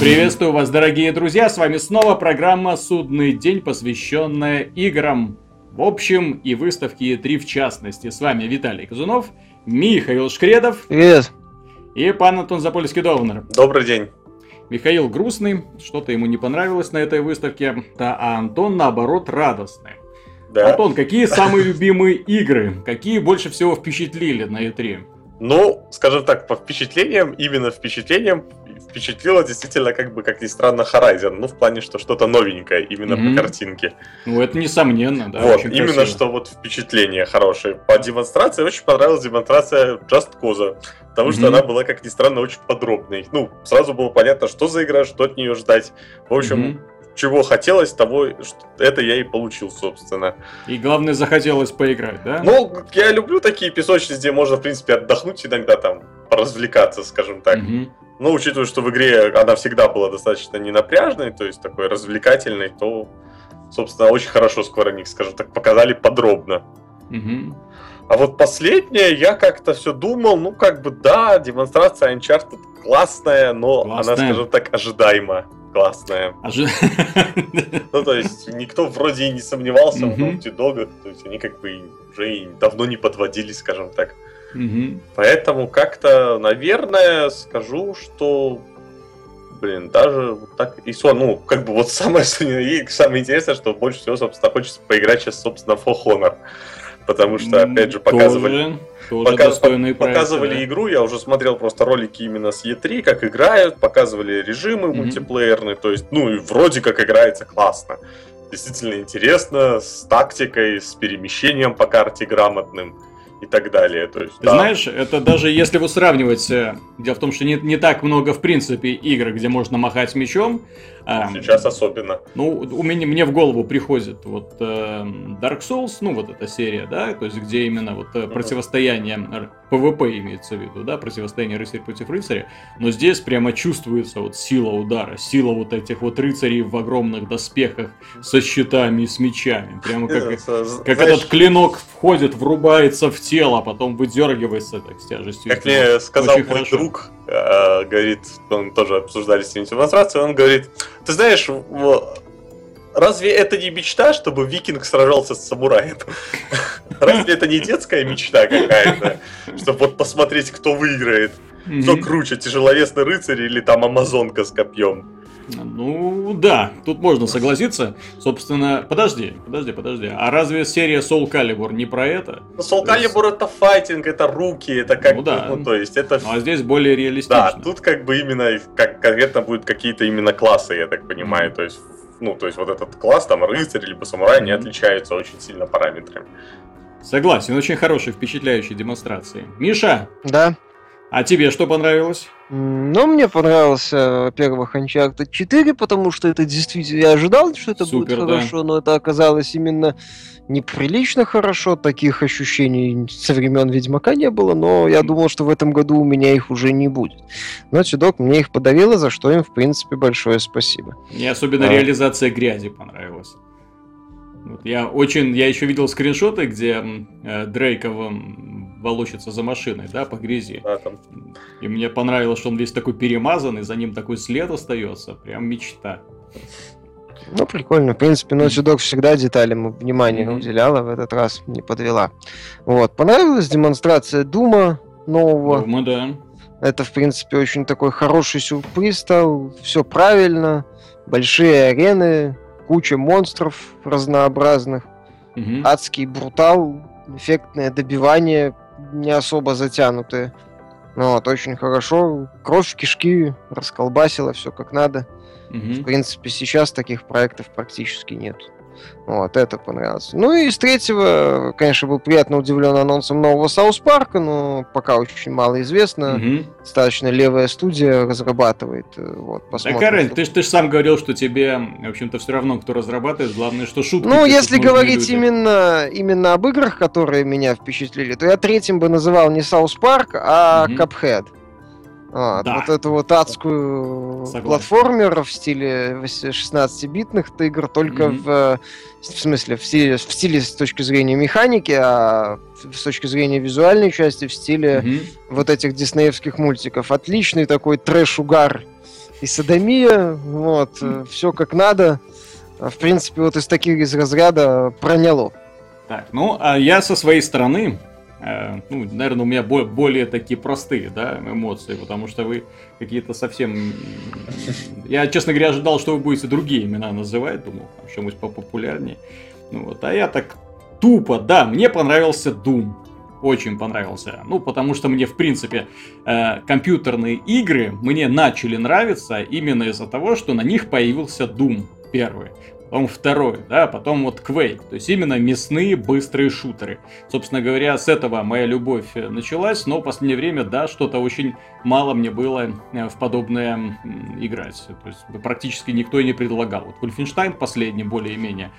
Приветствую вас, дорогие друзья, с вами снова программа «Судный день», посвященная играм в общем и выставке E3 в частности. С вами Виталий Казунов, Михаил Шкредов. Привет. И пан Антон Запольский-Довнер. Добрый день. Михаил грустный, что-то ему не понравилось на этой выставке, а Антон, наоборот, радостный. Да. Антон, какие самые любимые игры? Какие больше всего впечатлили на E3? Ну, скажем так, по впечатлениям, именно впечатлением впечатлило действительно, как ни странно, Horizon. Ну, в плане, что что-то новенькое, именно по картинке. Ну, это несомненно, да. Вот, именно красиво. Что вот впечатление хорошее. По демонстрации очень понравилась демонстрация Just Cause, потому что она была, как ни странно, очень подробной. Ну, сразу было понятно, что за игра, что от нее ждать. В общем, чего хотелось, того, это я и получил, собственно. И главное, захотелось поиграть, да? Ну, я люблю такие песочницы, где можно, в принципе, отдохнуть иногда, там, поразвлекаться, скажем так. Но, учитывая, что в игре она всегда была достаточно ненапряжной, то есть такой развлекательной, то, собственно, очень хорошо Square Enix, скажем так, показали подробно. А вот последнее, я как-то все думал, ну, да, демонстрация Uncharted классная, но она, скажем так, ожидаема. Классная. Ну, то есть, никто вроде и не сомневался в Naughty Dog, то есть, они уже давно не подводили, скажем так. Поэтому как-то, наверное, скажу, что, даже вот так и самое интересное, что больше всего, собственно, хочется поиграть сейчас, собственно, в For Honor. Потому что, опять же, показывали игру, я уже смотрел просто ролики именно с E3, как играют, показывали режимы мультиплеерные, то есть, и вроде как играется классно. Действительно интересно, с тактикой, с перемещением по карте грамотным и так далее. То есть, Ты знаешь, это даже если вы сравниваете, дело в том, что не так много, в принципе, игр, где можно махать мечом. Сейчас особенно. Мне в голову приходит вот Dark Souls, вот эта серия, да, то есть где именно вот противостояние PvP имеется в виду, да, противостояние рыцаря против рыцаря, но здесь прямо чувствуется вот сила удара, сила вот этих вот рыцарей в огромных доспехах со щитами и с мечами, прямо как этот клинок входит, врубается в тело, а потом выдергивается так с тяжестью. Как мне сказал мой друг, говорит, он тоже обсуждали с ним демонстрацию, он говорит: ты знаешь, разве это не мечта, чтобы викинг сражался с самураем? Разве это не детская мечта какая-то? Чтобы вот посмотреть, кто выиграет. Кто круче, тяжеловесный рыцарь или там амазонка с копьем? Ну, да, тут можно согласиться. Собственно, подожди. А разве серия Soul Calibur не про это? Soul Calibur это файтинг, это руки, это то есть это... Ну, а здесь более реалистично. Да, тут именно, конкретно будут какие-то именно классы, я так понимаю, то есть... то есть вот этот класс, там, рыцарь либо самурай, не отличаются очень сильно параметрами. Согласен, очень хорошие, впечатляющие демонстрации. Миша? Да? А тебе что понравилось? Мне понравился, во-первых, Uncharted 4, потому что это действительно... Я ожидал, что это будет хорошо, но это оказалось именно неприлично хорошо. Таких ощущений со времен Ведьмака не было, но я думал, что в этом году у меня их уже не будет. Naughty Dog мне их подарила, за что им, в принципе, большое спасибо. Мне особенно реализация грязи понравилась. Я еще видел скриншоты, где Дрейков волочится за машиной, да, по грязи. Да, там. И мне понравилось, что он весь такой перемазанный, за ним такой след остается, прям мечта. Прикольно. В принципе, Naughty Dog всегда деталям внимание уделяла, в этот раз не подвела. Вот. Понравилась демонстрация Дума нового. Дума, да. Это, в принципе, очень такой хороший сюрприз стал. Все правильно. Большие арены, куча монстров разнообразных, адский брутал, эффектное добивание, не особо затянутые. Очень хорошо. Кровь, кишки расколбасило, все как надо. В принципе, сейчас таких проектов практически нет. Это понравилось. И с третьего, конечно, был приятно удивлен анонсом нового Саус Парка, но пока очень мало известно. Достаточно левая студия разрабатывает. Посмотрим. Ты же сам говорил, что тебе, в общем-то, все равно, кто разрабатывает, главное, что шутки. Если говорить именно об играх, которые меня впечатлили, то я третьим бы называл не Саус Парк, а Cuphead. Вот эту вот адскую платформер в стиле 16-битных игр, только в стиле с точки зрения механики, а с точки зрения визуальной части в стиле вот этих диснеевских мультиков. Отличный такой трэш-угар и содомия, вот, все как надо. В принципе, вот из разряда проняло. Так, ну, а я со своей стороны, ну, наверное, у меня более такие простые, да, эмоции, потому что вы какие-то совсем... Я, честно говоря, ожидал, что вы будете другие имена называть, думал, что-нибудь попопулярнее. Ну вот, а я так тупо, да, мне понравился Doom. Очень понравился. Ну, потому что мне, в принципе, компьютерные игры мне начали нравиться именно из-за того, что на них появился Doom первый. Потом второй, да, потом вот Quake. То есть именно мясные быстрые шутеры. Собственно говоря, с этого моя любовь началась, но в последнее время, да, что-то очень мало мне было в подобное играть. То есть практически никто и не предлагал. Вот Wolfenstein последний более-менее,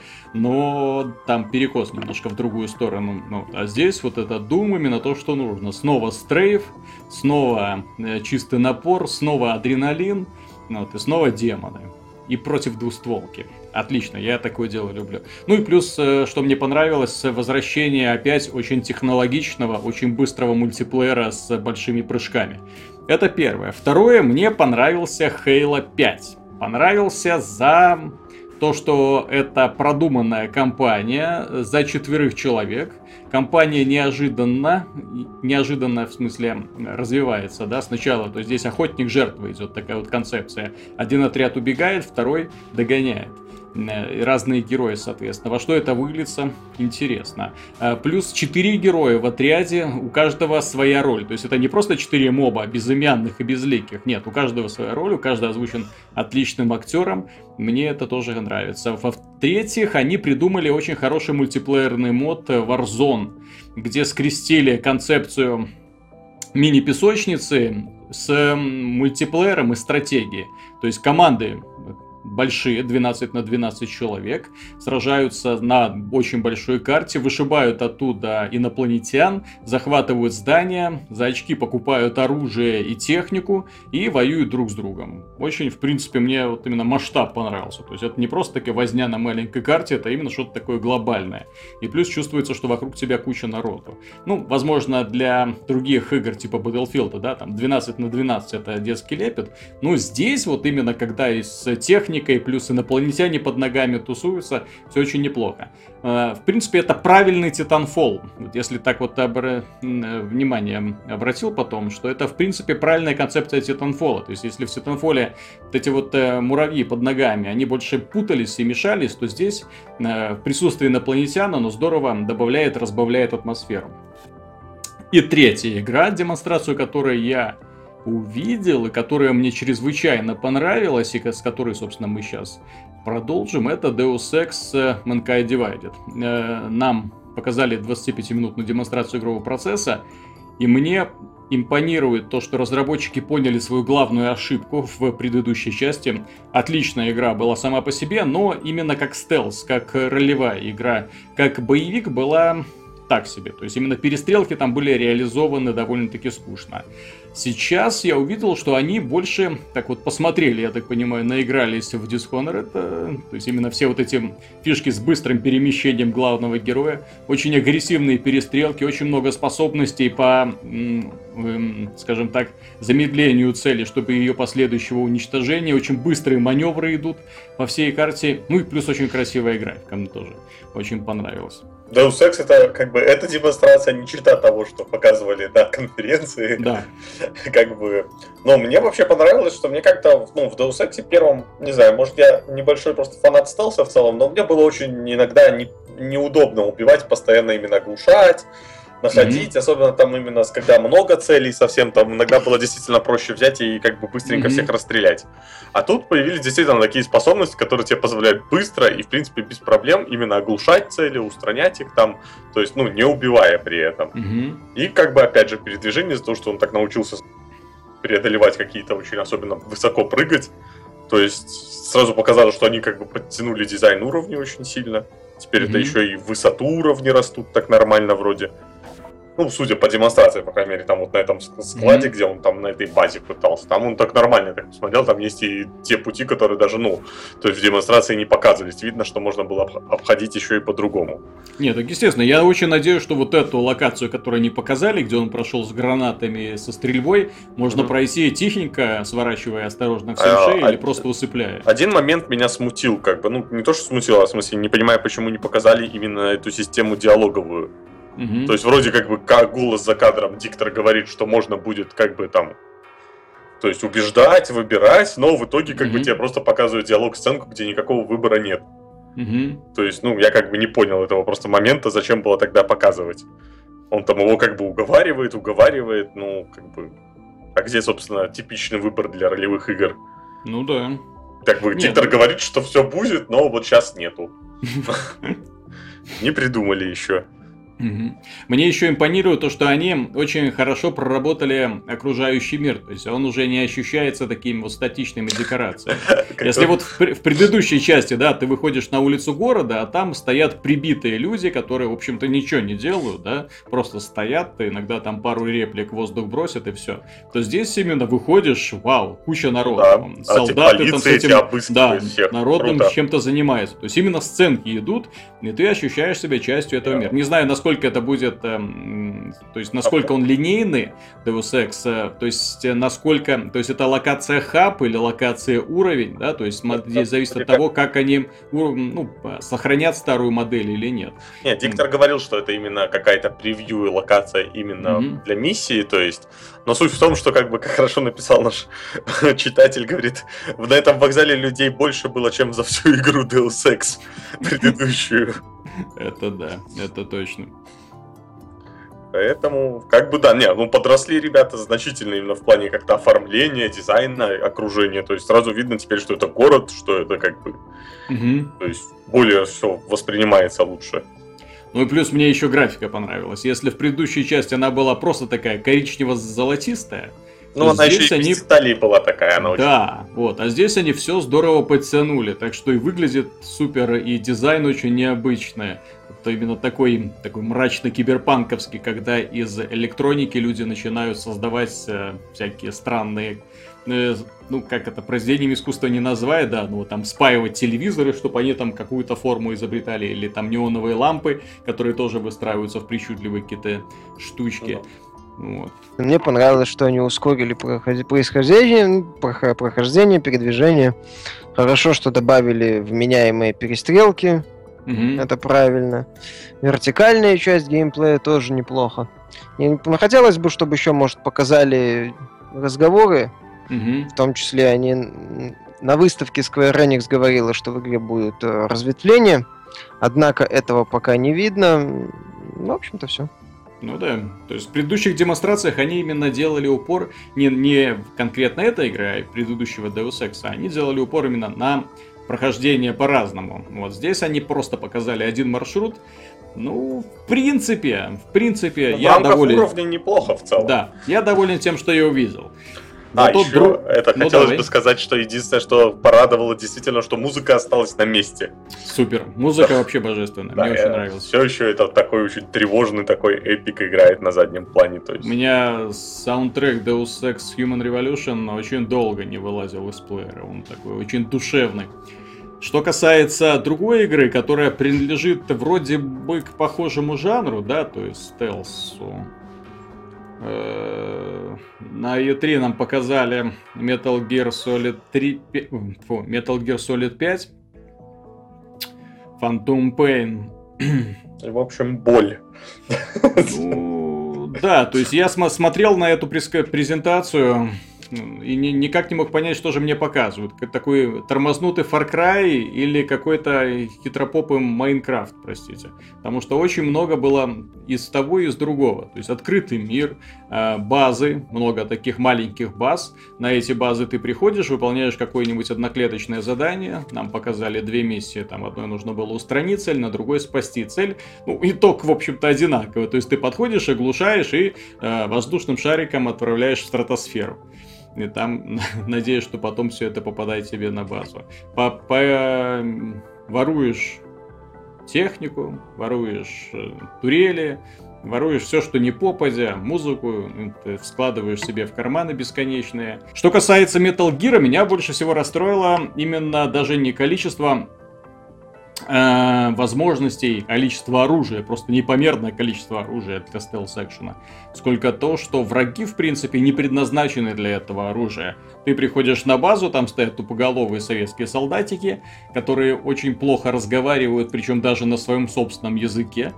но там перекос немножко в другую сторону. Ну, а здесь вот это Doom именно то, что нужно. Снова стрейф, снова чистый напор, снова адреналин, вот, и снова демоны. И против двустволки. Отлично, я такое дело люблю. Ну и плюс, что мне понравилось, возвращение опять очень технологичного, очень быстрого мультиплеера с большими прыжками. Это первое. Второе, мне понравился Halo 5. Понравился за то, что это продуманная кампания за 4 человек. Компания неожиданно в смысле развивается, да, сначала, то есть здесь охотник-жертва идет, такая вот концепция. Один отряд убегает, второй догоняет. Разные герои, соответственно. Во что это выльется, интересно. Плюс 4 героя в отряде, у каждого своя роль. То есть это не просто 4 моба безымянных и безликих. Нет, у каждого своя роль, у каждого озвучен отличным актером. Мне это тоже нравится. В-третьих, они придумали очень хороший мультиплеерный мод Warzone, где скрестили концепцию мини-песочницы с мультиплеером и стратегией. То есть команды большие, 12 на 12 человек, сражаются на очень большой карте, вышибают оттуда инопланетян, захватывают здания, за очки покупают оружие и технику и воюют друг с другом. Очень, в принципе, мне вот именно масштаб понравился. То есть это не просто такая возня на маленькой карте, это именно что-то такое глобальное. И плюс чувствуется, что вокруг тебя куча народу. Ну, возможно, для других игр типа Battlefield, да, там 12 на 12 это детский лепет. Но здесь вот именно когда из техники и плюс инопланетяне под ногами тусуются, все очень неплохо. В принципе, это правильный Titanfall. Вот если так вот внимание обратил потом, что это, в принципе, правильная концепция Titanfall. То есть, если в Titanfall вот эти вот муравьи под ногами, они больше путались и мешались, то здесь присутствие инопланетян, оно здорово добавляет, разбавляет атмосферу. И третья игра, демонстрацию которой я увидел, и которая мне чрезвычайно понравилась, и с которой, собственно, мы сейчас продолжим, это Deus Ex Mankind Divided. Нам показали 25-минутную демонстрацию игрового процесса, и мне импонирует то, что разработчики поняли свою главную ошибку в предыдущей части. Отличная игра была сама по себе, но именно как стелс, как ролевая игра, как боевик была так себе. То есть именно перестрелки там были реализованы довольно-таки скучно. Сейчас я увидел, что они больше, так вот, посмотрели, я так понимаю, наигрались в Dishonored. То есть именно все вот эти фишки с быстрым перемещением главного героя, очень агрессивные перестрелки, очень много способностей по, скажем так, замедлению цели, чтобы ее последующего уничтожения. Очень быстрые маневры идут по всей карте. Ну и плюс очень красивая графика, мне тоже очень понравилась. Deus Ex это как бы эта демонстрация не чита того, что показывали на конференции. Да. Как бы. Но мне вообще понравилось, что мне как-то, в Deus Ex первом, не знаю, может я небольшой просто фанат стелса в целом, но мне было очень иногда неудобно убивать, постоянно именно глушать, находить, особенно там именно, когда много целей совсем, там иногда было действительно проще взять и как бы быстренько всех расстрелять. А тут появились действительно такие способности, которые тебе позволяют быстро и, в принципе, без проблем именно оглушать цели, устранять их там, то есть, не убивая при этом. И как бы, опять же, передвижение из-за того, что он так научился преодолевать какие-то очень особенно высоко прыгать, то есть сразу показалось, что они как бы подтянули дизайн уровней очень сильно. Теперь это еще и высоту уровней растут так нормально вроде. Ну, судя по демонстрации, по крайней мере, там вот на этом складе, где он там на этой базе пытался, там он так нормально так посмотрел, там есть и те пути, которые даже, то есть в демонстрации не показывались. Видно, что можно было обходить еще и по-другому. Нет, так естественно, я очень надеюсь, что вот эту локацию, которую не показали, где он прошел с гранатами, со стрельбой, можно пройти тихенько, сворачивая осторожно все шеи или просто усыпляя. Один момент меня смутил, не то, что смутил, а в смысле, не понимаю, почему не показали именно эту систему диалоговую. То есть вроде как голос за кадром диктор говорит, что можно будет то есть убеждать, выбирать, но в итоге тебе просто показывают диалог-сценку, где никакого выбора нет. То есть, я не понял этого просто момента, зачем было тогда показывать. Он там его уговаривает, а где, собственно, типичный выбор для ролевых игр? Ну да. Диктор говорит, что все будет, но вот сейчас нету. Не придумали еще. Мне еще импонирует то, что они очень хорошо проработали окружающий мир. То есть он уже не ощущается такими вот статичными декорациями. Если вот в предыдущей части, да, ты выходишь на улицу города, а там стоят прибитые люди, которые, в общем-то, ничего не делают, да, просто стоят, ты иногда там пару реплик в воздух бросят и все. То здесь именно выходишь, вау, куча народа. Да. Солдаты там с этим, всех. народом Круто. чем-то занимаются. То есть именно сценки идут, и ты ощущаешь себя частью этого мира. Не знаю, насколько это будет, то есть насколько он линейный, Deus Ex, то есть насколько, то есть это локация хаб или локация уровень, да, то есть здесь зависит от того, как они сохранят старую модель или нет. Нет, диктор говорил, что это именно какая-то превью и локация именно для миссии, то есть, но суть в том, что как хорошо написал наш читатель, говорит, на этом вокзале людей больше было, чем за всю игру Deus Ex предыдущую. Это да, это точно. Поэтому, подросли ребята значительно именно в плане как-то оформления, дизайна, окружения. То есть сразу видно теперь, что это город, что это то есть более все воспринимается лучше. Ну и плюс мне еще графика понравилась. Если в предыдущей части она была просто такая коричнево-золотистая, она еще и без деталей была такая, она очень... Да, вот, а здесь они все здорово подтянули, так что и выглядит супер, и дизайн очень необычный. Это именно такой мрачно-киберпанковский, когда из электроники люди начинают создавать всякие странные, произведениями искусства не называя, да, там спаивать телевизоры, чтобы они там какую-то форму изобретали, или там неоновые лампы, которые тоже выстраиваются в причудливые какие-то штучки. Вот. Мне понравилось, что они ускорили прохождение, передвижение. Хорошо, что добавили вменяемые перестрелки. Это правильно. Вертикальная часть геймплея тоже неплохо. Хотелось бы, чтобы еще, может, показали разговоры. В том числе они на выставке Square Enix говорила, что в игре будет разветвление. Однако этого пока не видно. В общем-то, все. Ну да, то есть в предыдущих демонстрациях они именно делали упор не конкретно этой игры, а предыдущего Deus Ex, они делали упор именно на прохождение по-разному. Вот здесь они просто показали один маршрут. В принципе, я доволен. Уровня неплохо в целом. Да, я доволен тем, что я увидел. Хотелось бы сказать, что единственное, что порадовало действительно, что музыка осталась на месте. Супер, музыка вообще божественная, мне очень нравилась. Все еще это такой очень тревожный такой эпик играет на заднем плане. То есть. У меня саундтрек Deus Ex Human Revolution очень долго не вылазил из плеера, он такой очень душевный. Что касается другой игры, которая принадлежит вроде бы к похожему жанру, да, то есть стелсу. На E3 нам показали Metal Gear Solid 5, Phantom Pain. В общем, боль. Да, то есть я смотрел на эту презентацию и никак не мог понять, что же мне показывают. Такой тормознутый Far Cry или какой-то хитропопый Майнкрафт, простите. Потому что очень много было из того и из другого. То есть открытый мир, базы, много таких маленьких баз. На эти базы ты приходишь, выполняешь какое-нибудь одноклеточное задание. Нам показали 2 миссии. Там одной нужно было устранить цель, на другой спасти цель. Итог, в общем-то, одинаковый. То есть ты подходишь, оглушаешь и воздушным шариком отправляешь в стратосферу. И там надеюсь, что потом все это попадает тебе на базу. Воруешь технику, воруешь турели, Воруешь все, что не попадя, музыку, ты складываешь себе в карманы бесконечные. Что касается Metal Gear, меня больше всего расстроило именно даже не количество возможностей, количество оружия, просто непомерное количество оружия для стелс-экшена, сколько то, что враги, в принципе, не предназначены для этого оружия. Ты приходишь на базу, там стоят тупоголовые советские солдатики, которые очень плохо разговаривают, причем даже на своем собственном языке.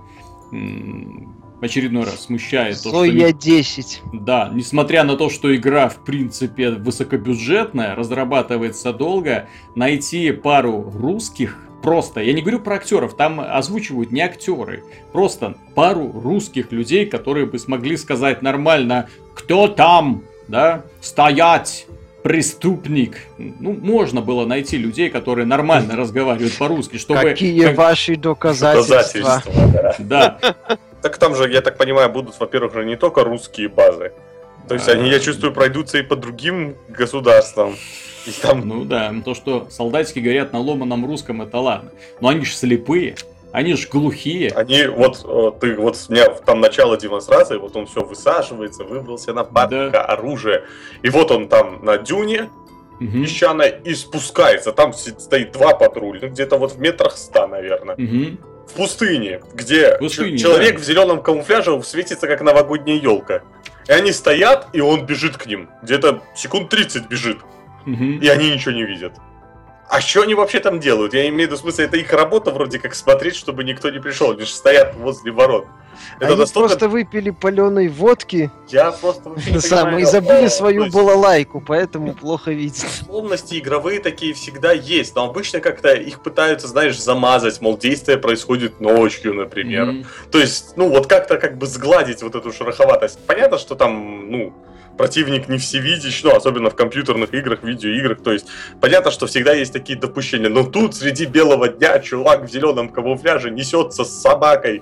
В очередной раз смущает то, что... Зоя 10. Да, несмотря на то, что игра, в принципе, высокобюджетная, разрабатывается долго, найти пару русских просто, я не говорю про актеров, там озвучивают не актеры, просто пару русских людей, которые бы смогли сказать нормально: «Кто там?» Да? «Стоять! Преступник!» Ну, можно было найти людей, которые нормально разговаривают по-русски, чтобы... Какие ваши доказательства? Да. Так там же, я так понимаю, будут, во-первых, же не только русские базы. То есть они, я чувствую, пройдутся и по другим государствам. И там... Ну да, то, что солдатики говорят на ломаном русском, это ладно. Но они же слепые, они же глухие. Они, вот у меня там начало демонстрации, вот он все высаживается, выбрался на патка, оружие. И вот он там на дюне, песчаной, и спускается. Там стоит 2 патруля, ну где-то вот в метрах 100, наверное. В пустыне, где человек в зеленом камуфляже светится как новогодняя елка. И они стоят, и он бежит к ним. Где-то секунд 30 бежит. И они ничего не видят. А что они вообще там делают? Я имею в виду, в смысле, это их работа вроде как смотреть, чтобы никто не пришел. Они же стоят возле ворот. Это они настолько... просто выпили паленой водки. Я просто вообще не понимаю. И забыли свою балалайку, поэтому плохо видят. Условности игровые такие всегда есть, но обычно как-то их пытаются, знаешь, замазать, мол, действие происходит ночью, например. То есть, ну вот как-то как бы сгладить вот эту шероховатость. Понятно, что там, ну... противник не всевидящ, ну, особенно в компьютерных играх, видеоиграх, то есть понятно, что всегда есть такие допущения, но тут среди белого дня чувак в зеленом камуфляже несется с собакой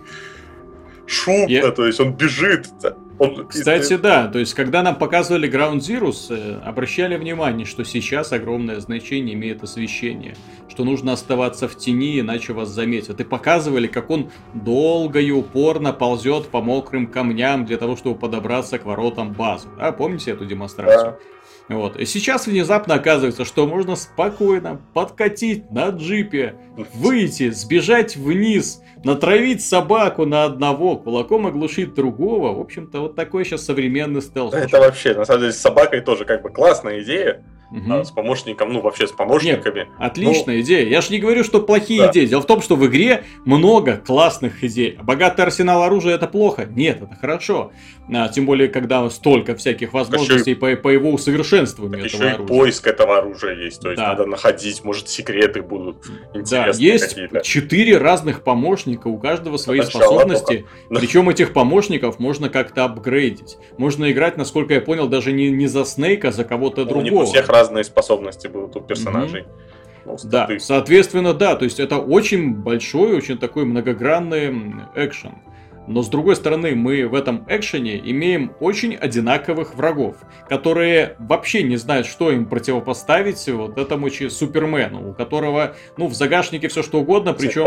шумно, то есть он бежит. Кстати, да, то есть когда нам показывали Ground Zeroes, обращали внимание, что сейчас огромное значение имеет освещение, что нужно оставаться в тени, иначе вас заметят. И показывали, как он долго и упорно ползет по мокрым камням для того, чтобы подобраться к воротам базы. Да, помните эту демонстрацию? Да. Вот. И сейчас внезапно оказывается, что можно спокойно подкатить на джипе, выйти, сбежать вниз, натравить собаку на одного, кулаком оглушить другого. В общем-то, вот такой сейчас современный стелс. Да, это вообще, на самом деле, с собакой тоже как бы классная идея. С помощником, ну вообще с помощниками. Нет, отличная идея. Я же не говорю, что плохие идеи. Дело в том, что в игре много классных идей. Богатый арсенал оружия — это плохо? Нет, это хорошо. Тем более, когда столько всяких возможностей по его усовершенствованию так этого еще оружия. И поиск этого оружия есть. То есть надо находить, может, секреты будут интересные. Да, есть какие-то. 4 разных помощника, у каждого свои способности. Причем этих помощников можно как-то апгрейдить. Можно играть, насколько я понял, даже не за Снейка, а за кого-то другого. У них у всех разные способности будут у персонажей. Да, соответственно, да, то есть это очень большой, очень такой многогранный экшен. Но с другой стороны, мы в этом экшене имеем очень одинаковых врагов, которые вообще не знают, что им противопоставить вот этому Супермену, у которого, ну, в загашнике все что угодно, причем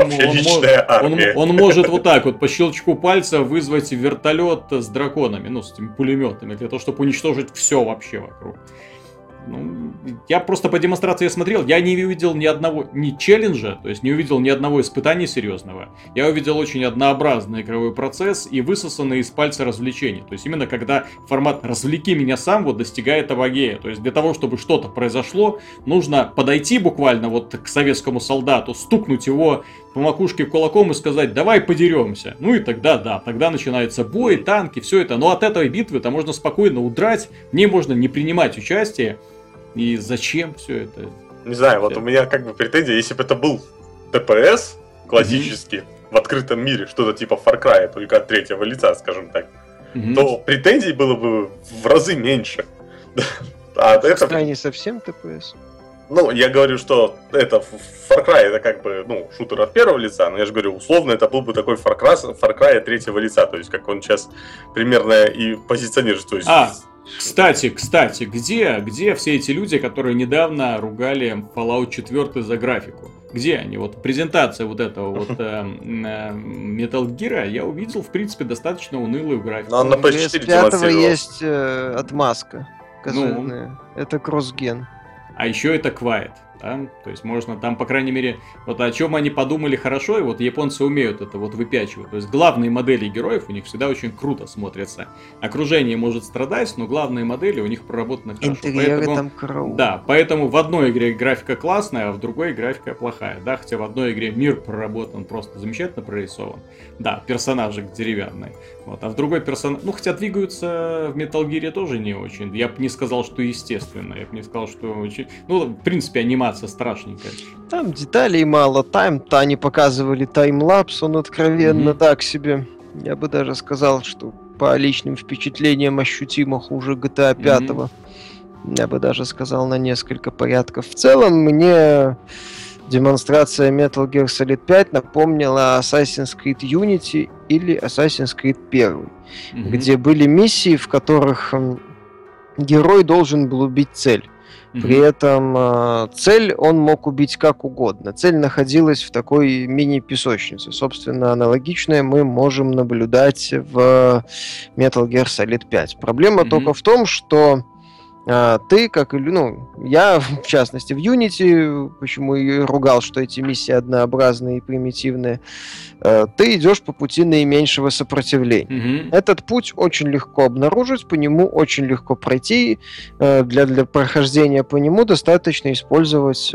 он может вот так вот по щелчку пальца вызвать вертолет с драконами, ну, с этими пулеметами, для того, чтобы уничтожить все вообще вокруг. Ну, я просто по демонстрации смотрел, я не увидел ни челленджа, то есть не увидел ни одного испытания серьезного. Я увидел очень однообразный игровой процесс и высосанные из пальца развлечения. То есть именно когда формат «развлеки меня сам» вот достигает апогея. То есть для того, чтобы что-то произошло, нужно подойти буквально вот к советскому солдату, стукнуть его по макушке кулаком и сказать: давай подеремся. Ну и тогда, да, тогда начинается бой, танки, все это. Но от этой битвы-то можно спокойно удрать, в ней можно не принимать участие. И зачем все это? Не знаю, вот у меня как бы претензия, если бы это был ТПС классический, в открытом мире, что-то типа Far Cry, только от третьего лица, скажем так, то претензий было бы в разы меньше. Это не совсем ТПС. Ну, я говорю, что это Far Cry, это как бы, ну, шутер от первого лица, но я же говорю, условно, это был бы такой Far Cry от третьего лица, то есть, как он сейчас примерно и позиционирует, то есть... Кстати, где все эти люди, которые недавно ругали Fallout 4 за графику? Где они? Вот презентация вот этого вот Metal Gear я увидел, в принципе, достаточно унылую графику. Но он на PS4 демонстрировал. есть отмазка козырная. Это кросс-ген. А еще это Quiet. Да? То есть можно там, по крайней мере, вот о чем они подумали хорошо, и вот японцы умеют это вот выпячивать. То есть главные модели героев у них всегда очень круто смотрятся. Окружение может страдать, но главные модели у них проработаны хорошо. Интерьеры там караул. Да, поэтому в одной игре графика классная, а в другой графика плохая. Да, хотя в одной игре мир проработан просто замечательно прорисован. Да, персонажик деревянный. Вот, а в другой персонаж... Ну, хотя двигаются в Metal Gear тоже не очень. Я бы не сказал, что естественно. Я бы не сказал, что очень... Ну, в принципе, анимация страшненькая. Там деталей мало. Там-то они показывали таймлапс, он откровенно так себе. Я бы даже сказал, что по личным впечатлениям ощутимо хуже GTA 5. Я бы даже сказал на несколько порядков. В целом, мне демонстрация Metal Gear Solid 5 напомнила Assassin's Creed Unity или Assassin's Creed 1, где были миссии, в которых герой должен был убить цель. При этом цель он мог убить как угодно. Цель находилась в такой мини-песочнице. Собственно, аналогичное мы можем наблюдать в Metal Gear Solid 5. Проблема только в том, что ты, как и... Ну, я, в частности, в Unity, почему и ругал, что эти миссии однообразные и примитивные, ты идешь по пути наименьшего сопротивления. Этот путь очень легко обнаружить, по нему очень легко пройти. Для прохождения по нему достаточно использовать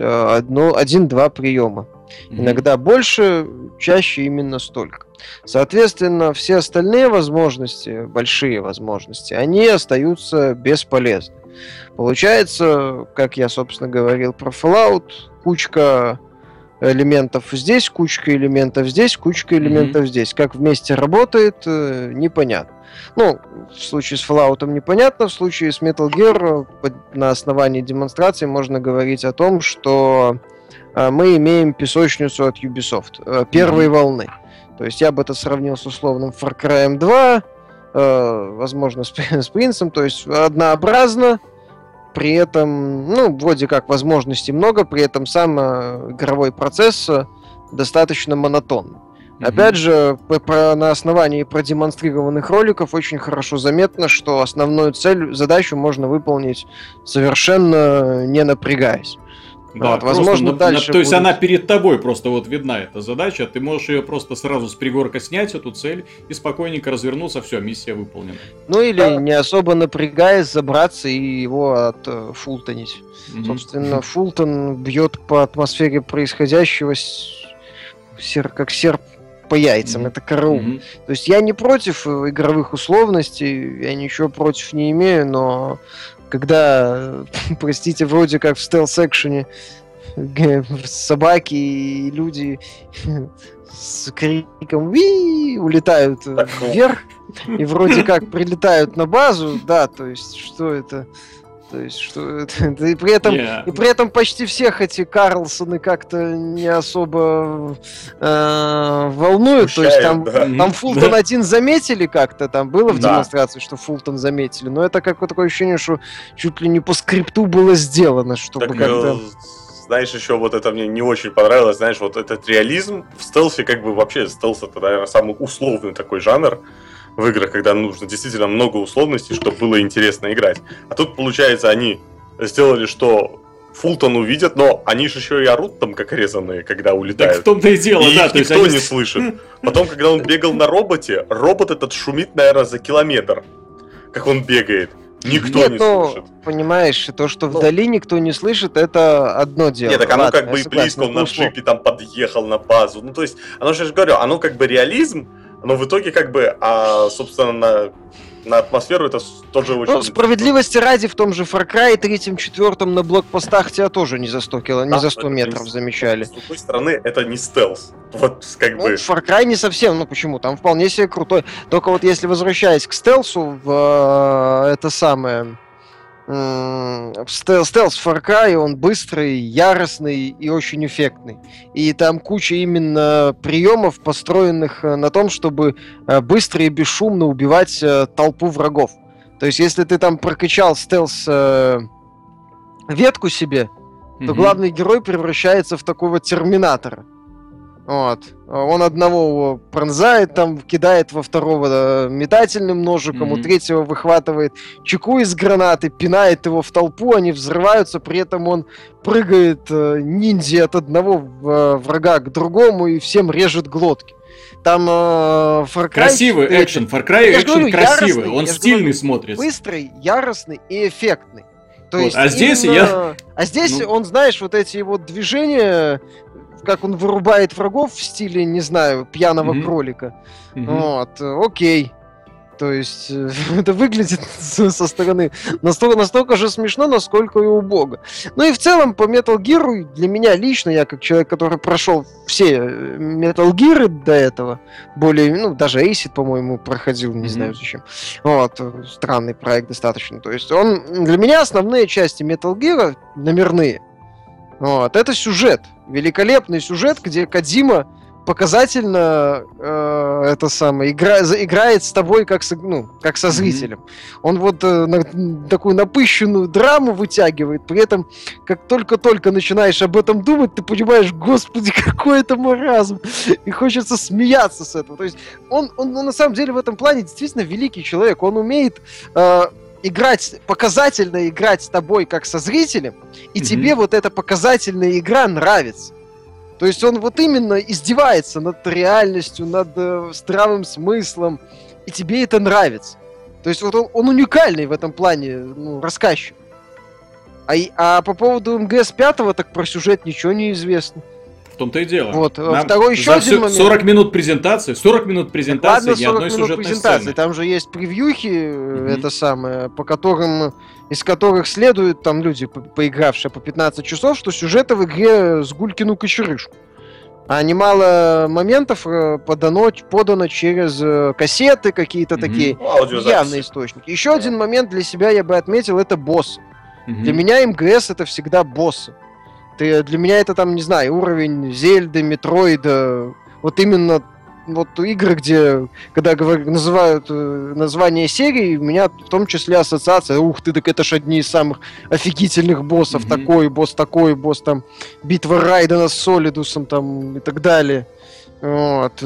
1-2 приема. Иногда больше, чаще именно столько. Соответственно, все остальные возможности, большие возможности, они остаются бесполезны. Получается, как я, собственно, говорил про Fallout, кучка элементов здесь, кучка элементов здесь, кучка элементов здесь. Как вместе работает, непонятно. Ну, в случае с Fallout непонятно, в случае с Metal Gear на основании демонстрации можно говорить о том, что мы имеем песочницу от Ubisoft первой волны. То есть я бы это сравнил с условным Far Cry 2, возможно, с Принцем, то есть однообразно, при этом, ну, вроде как возможностей много, при этом сам игровой процесс достаточно монотонный. Опять же, на основании продемонстрированных роликов очень хорошо заметно, что основную задачу можно выполнить совершенно не напрягаясь. Да, вот, возможно, дальше. То есть она перед тобой просто вот видна эта задача, ты можешь ее просто сразу с пригорка снять, эту цель, и спокойненько развернуться, все, миссия выполнена. Ну или не особо напрягаясь, забраться и его отфултонить. Собственно, Фултон бьет по атмосфере происходящего как серп по яйцам, это караул. То есть я не против игровых условностей, я ничего против не имею, но когда, простите, вроде как в стелс-экшене собаки и люди с криком «Ви!» улетают вверх и вроде как прилетают на базу, да, то есть что это? То есть, что это... И при этом почти всех эти Карлсоны как-то не особо волнуют. Пущают, то есть там Фултон один заметили как-то, там было в демонстрации, что Фултон заметили, но это как такое ощущение, что чуть ли не по скрипту было сделано, чтобы так, как-то... Знаешь, еще вот это мне не очень понравилось, знаешь, вот этот реализм в стелсе, как бы вообще стелс это, наверное, самый условный такой жанр в играх, когда нужно действительно много условностей, чтобы было интересно играть. А тут, получается, они сделали, что Фултон увидят, но они же еще и орут там, как резаные, когда улетают. Так в том-то и дело, и да. Их никто не слышит. Потом, когда он бегал на роботе, робот этот шумит, наверное, за километр, как он бегает. Никто не слышит. Понимаешь, то, что вдали никто не слышит, это одно дело. Нет, так оно как бы и близко, он на джипе там подъехал на базу. Ну, то есть, оно же, я же говорю, оно как бы реализм, но в итоге как бы, собственно, на атмосферу это тоже очень... Ну, справедливости ради, в том же Far Cry 3-4 на блокпостах тебя тоже не за 100 метров замечали. С другой стороны, это не стелс. Вот как бы... Far Cry не совсем, ну почему? Там вполне себе крутой. Только вот если возвращаясь к стелсу, в это самое... Стелс Far Cry, он быстрый, яростный и очень эффектный. И там куча именно приемов, построенных на том, чтобы быстро и бесшумно убивать толпу врагов. То есть, если ты там прокачал стелс ветку себе, то главный герой превращается в такого терминатора. Вот. Он одного пронзает, там, кидает во второго метательным ножиком, у третьего выхватывает чеку из гранаты, пинает его в толпу, они взрываются, при этом он прыгает ниндзя от одного врага к другому и всем режет глотки. Там Far Cry... Красивый экшен, Far Cry экшен красивый, он стильный смотрится. Быстрый, яростный и эффектный. То вот, есть а здесь именно... А здесь он, знаешь, вот эти вот движения, как он вырубает врагов в стиле, не знаю, пьяного кролика. Вот, окей. То есть это выглядит со стороны настолько же смешно, насколько и убого. Ну и в целом по Metal Gear для меня лично, я как человек, который прошел все Metal Gear до этого, более, ну даже Acid, по-моему, проходил, не знаю зачем. Вот, странный проект достаточно. То есть он, для меня основные части Metal Gear номерные. Вот, это сюжет, великолепный сюжет, где Кодзима показательно играет с тобой как со зрителем. Он вот такую напыщенную драму вытягивает, при этом как только начинаешь об этом думать, ты понимаешь, господи, какой это маразм, и хочется смеяться с этого. То есть он на самом деле в этом плане действительно великий человек, он умеет показательно играть с тобой как со зрителем, и тебе вот эта показательная игра нравится. То есть он вот именно издевается над реальностью, над здравым смыслом, и тебе это нравится. То есть вот он уникальный в этом плане, рассказчик. А по поводу МГС-5, так про сюжет ничего не известно. В том-то и дело. Вот, второй еще один момент. 40 минут презентации, ни одной сюжетной сцены. Там же есть превьюхи, это самое, из которых следуют там люди, поигравшие по 15 часов, что сюжета в игре с Гулькину кочерышку. А немало моментов подано через кассеты, какие-то такие явные источники. Еще один момент для себя я бы отметил, это боссы. Для меня МГС это всегда боссы. Для меня это там, не знаю, уровень Зельды, Метроида, вот именно вот игры, где, когда называют название серии, у меня в том числе ассоциация, ух ты, так это ж одни из самых офигительных боссов, такой босс, там, битва Райдена с Солидусом, там, и так далее. Вот,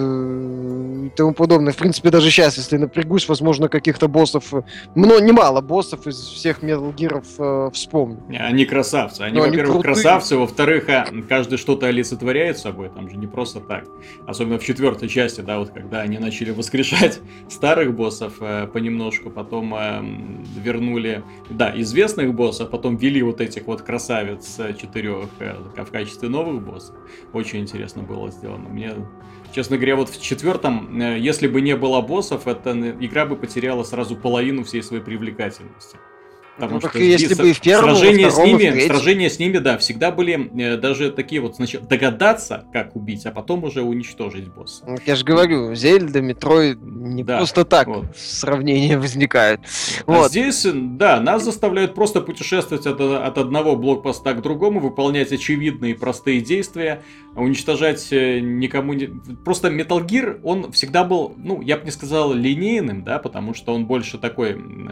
и тому подобное. В принципе, даже сейчас, если напрягусь, возможно, каких-то боссов, немало боссов из всех Metal Gear'ов вспомню. Они красавцы. Они, во-первых, красавцы, во-вторых, каждый что-то олицетворяет собой, там же не просто так. Особенно в 4-й части, да, вот когда они начали воскрешать старых боссов понемножку, потом вернули, да, известных боссов, потом ввели вот этих вот красавиц 4 в качестве новых боссов. Очень интересно было сделано. Мне, честно говоря, вот в 4-м, если бы не было боссов, эта игра бы потеряла сразу половину всей своей привлекательности. Потому что если бы в первом, сражения с ними, да, всегда были даже такие вот, сначала догадаться, как убить, а потом уже уничтожить босса. Я же говорю, Зельда, Метроид не просто так сравнения возникают. А здесь, да, нас заставляют просто путешествовать от одного блокпоста к другому, выполнять очевидные простые действия, уничтожать никому не... Просто Metal Gear, он всегда был, я бы не сказал линейным, да, потому что он больше такой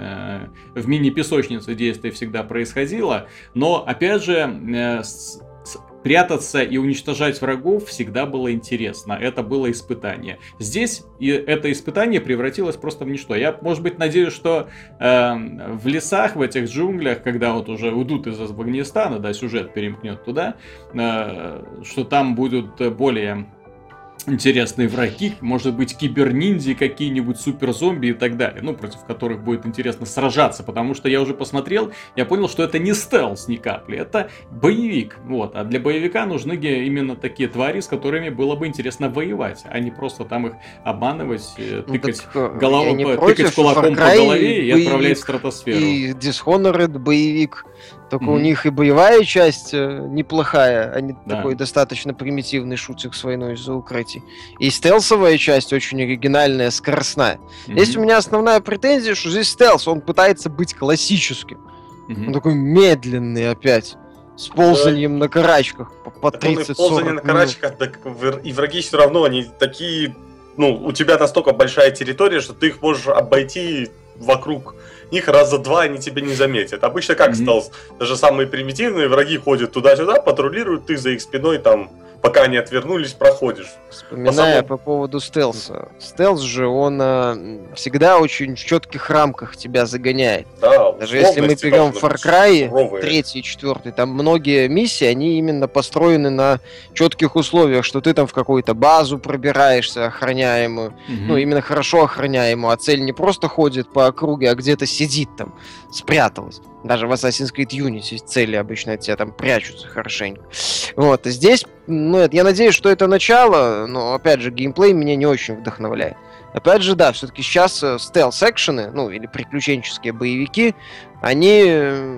в мини-песочнице действие всегда происходило, но, опять же, прятаться и уничтожать врагов всегда было интересно. Это было испытание. Здесь это испытание превратилось просто в ничто. Я, может быть, надеюсь, что в лесах, в этих джунглях, когда вот уже уйдут из Афганистана, да, сюжет перемкнет туда, что там будут более интересные враги, может быть, киберниндзя, какие-нибудь суперзомби и так далее, против которых будет интересно сражаться, потому что я уже посмотрел, я понял, что это не стелс ни капли, это боевик, а для боевика нужны именно такие твари, с которыми было бы интересно воевать, а не просто там их обманывать, тыкать кулаком по голове и отправлять в стратосферу. И Dishonored боевик, только у них и боевая часть неплохая, а не такой достаточно примитивный шутик с войной из-за укрытий. И стелсовая часть очень оригинальная, скоростная. Здесь у меня основная претензия, что здесь стелс, он пытается быть классическим. Он такой медленный опять. С ползанием на карачках по 30-40 ползание на карачках, так и враги все равно, они такие... у тебя настолько большая территория, что ты их можешь обойти вокруг них раза два они тебя не заметят. Обычно как стелс? Даже самые примитивные враги ходят туда-сюда, патрулируют, ты за их спиной там, пока они отвернулись, проходишь. Вспоминая по поводу стелса. Стелс же, он всегда очень в четких рамках тебя загоняет. Да, даже если мы берем Far Cry 3 и 4, там многие миссии, они именно построены на четких условиях, что ты там в какую-то базу пробираешься, охраняемую, ну, именно хорошо охраняемую, а цель не просто ходит по округе, а где-то сидит там, спряталась. Даже в Assassin's Creed Unity цели обычно от тебя там прячутся хорошенько. Вот, и здесь, ну, я надеюсь, что это начало, но, опять же, геймплей меня не очень вдохновляет. Опять же, да, все-таки сейчас стелс-экшены, ну, или приключенческие боевики, они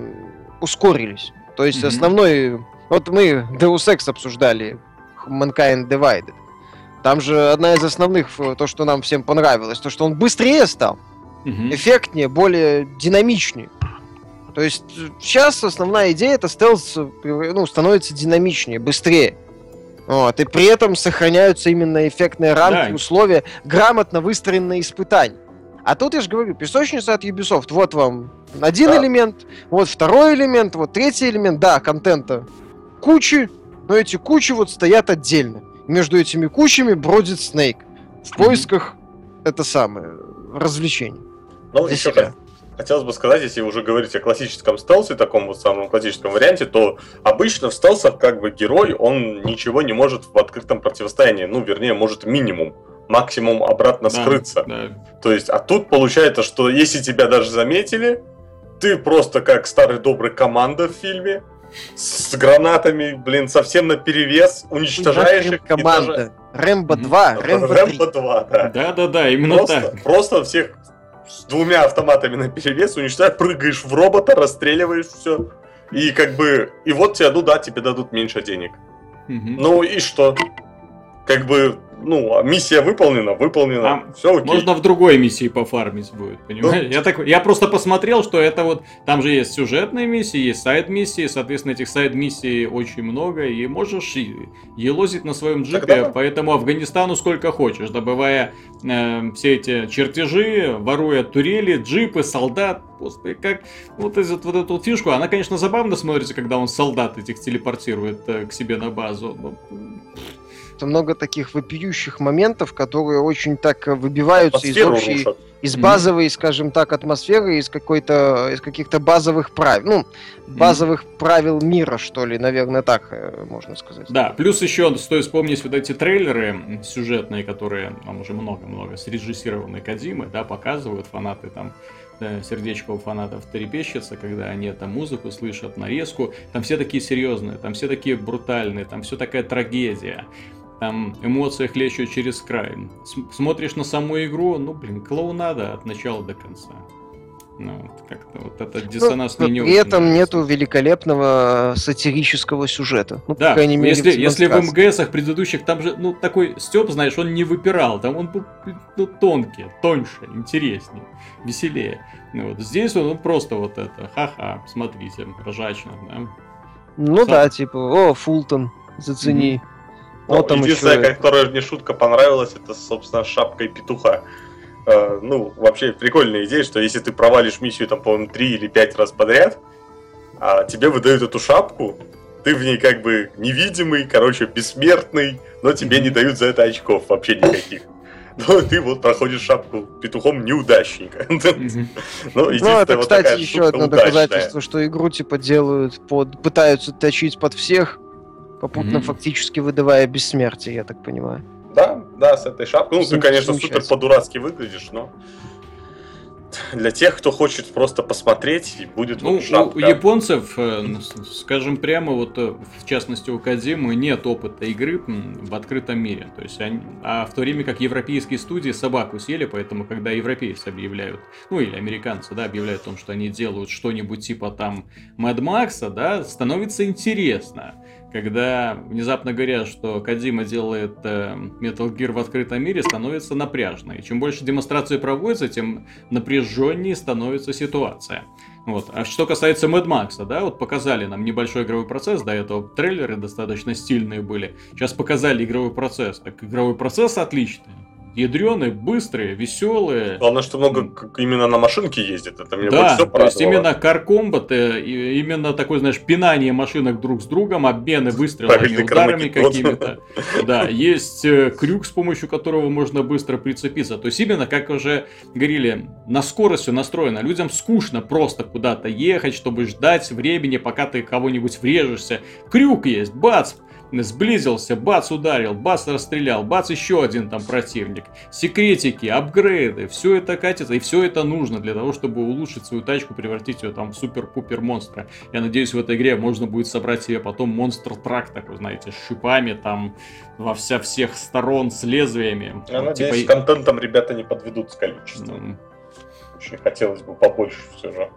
ускорились. То есть основной... Вот мы Deus Ex обсуждали, Mankind Divided. Там же одна из основных, то, что нам всем понравилось, то, что он быстрее стал, эффектнее, более динамичнее. То есть сейчас основная идея это стелс, ну, становится динамичнее, быстрее. Вот, и при этом сохраняются именно эффектные рамки, условия, грамотно выстроенные испытания. А тут я же говорю, песочница от Ubisoft. Вот вам один элемент, вот второй элемент, вот третий элемент. Да, контента кучи, но эти кучи вот стоят отдельно. Между этими кучами бродит Снейк в поисках это самое развлечений. Ну, еще хотелось бы сказать, если уже говорить о классическом стелсе, таком вот самом классическом варианте, то обычно в стелсах как бы герой, он ничего не может в открытом противостоянии, ну, вернее, может минимум, максимум обратно скрыться. Да. То есть, а тут получается, что если тебя даже заметили, ты просто как старый добрый команда в фильме, с гранатами, блин, совсем наперевес, уничтожаешь их. Команда. Рэмбо 2, Рэмбо 2, да. Да-да-да, именно так. Просто всех с двумя автоматами наперевес уничтожаешь, прыгаешь в робота, расстреливаешь все. И как бы, и вот тебе, ну да, тебе дадут меньше денег. Ну и что? Как бы, ну, миссия выполнена, все окей. Можно в другой миссии пофармить будет, понимаешь? Я просто посмотрел, что это вот, там же есть сюжетные миссии, есть сайд-миссии, соответственно, этих сайд-миссий очень много, и можешь елозить на своем джипе по этому Афганистану сколько хочешь, добывая все эти чертежи, воруя турели, джипы, солдат. Господи, как вот эту фишку, она, конечно, забавно смотрится, когда он солдат этих телепортирует к себе на базу. Много таких вопиющих моментов, которые очень так выбиваются из общей, из базовой, скажем так, атмосферы, из каких-то базовых правил. Ну, базовых правил мира, что ли, наверное, так можно сказать. Да, плюс еще стоит вспомнить вот эти трейлеры сюжетные, которые там уже много-много срежиссированные Кодзимы, да, показывают, фанаты там, сердечко у фанатов трепещется, когда они там музыку слышат, нарезку. Там все такие серьезные, там все такие брутальные, там все такая трагедия. Там эмоции хлещут через край. Смотришь на саму игру, ну, блин, клоунада от начала до конца. Ну, вот как-то вот этот диссонанс мне не очень при этом нравится. Нету великолепного сатирического сюжета. Ну, да, по крайней мере, если в МГСах предыдущих там же, ну, такой стёб, знаешь, он не выпирал. Там он был, ну, тонкий, тоньше, интереснее, веселее. Ну, вот здесь он просто вот это, ха-ха, смотрите, ржачно, да. Ну да, типа, Фултон, зацени. Ну, единственная, которая мне шутка понравилась, это, собственно, шапкой петуха. Ну, вообще прикольная идея, что если ты провалишь миссию, там, по-моему, 3 или 5 раз подряд, а тебе выдают эту шапку, ты в ней как бы невидимый, короче, бессмертный, но тебе не дают за это очков вообще никаких. Но ты вот проходишь шапку петухом неудачника. Ну, это, кстати, еще одно доказательство, что игру, типа, делают, пытаются точить под всех, попутно фактически выдавая бессмертие, я так понимаю. Да, с этой шапкой. Ну, ты, конечно, супер по-дурацки выглядишь, но для тех, кто хочет просто посмотреть, и будет вот шапка. У японцев, скажем прямо, вот в частности у Кодзимы, нет опыта игры в открытом мире. То есть а в то время как европейские студии собаку съели, поэтому когда европейцы объявляют, ну или американцы, да, объявляют о том, что они делают что-нибудь типа там Mad Max, да, становится интересно. Когда внезапно говорят, что Кодзима делает Metal Gear в открытом мире, становится напряжно. И чем больше демонстраций проводится, тем напряженнее становится ситуация. Вот. А что касается Mad Max, да, вот показали нам небольшой игровой процесс, до этого трейлеры достаточно стильные были. Сейчас показали игровой процесс. Так игровой процесс отличный. ядреные, быстрые, веселые. Главное, что много именно на машинке ездит. Это мне больше всего порадовало. То есть именно кар-комбат, именно такое, знаешь, пинание машинок друг с другом, обмены выстрелами, ударами какими-то. Да, есть крюк, с помощью которого можно быстро прицепиться. То есть именно, как уже говорили, на скорость все настроено. Людям скучно просто куда-то ехать, чтобы ждать времени, пока ты кого-нибудь врежешься. Крюк есть, бац! Сблизился, бац, ударил, бац, расстрелял, бац, еще один там противник. Секретики, апгрейды, все это катится, и все это нужно для того, чтобы улучшить свою тачку, превратить ее там в супер-пупер монстра. Я надеюсь, в этой игре можно будет собрать себе потом монстр-трак такой, знаете, с шипами там во всех сторон, с лезвиями. Я надеюсь, с контентом ребята не подведут с количеством. Очень хотелось бы побольше все же.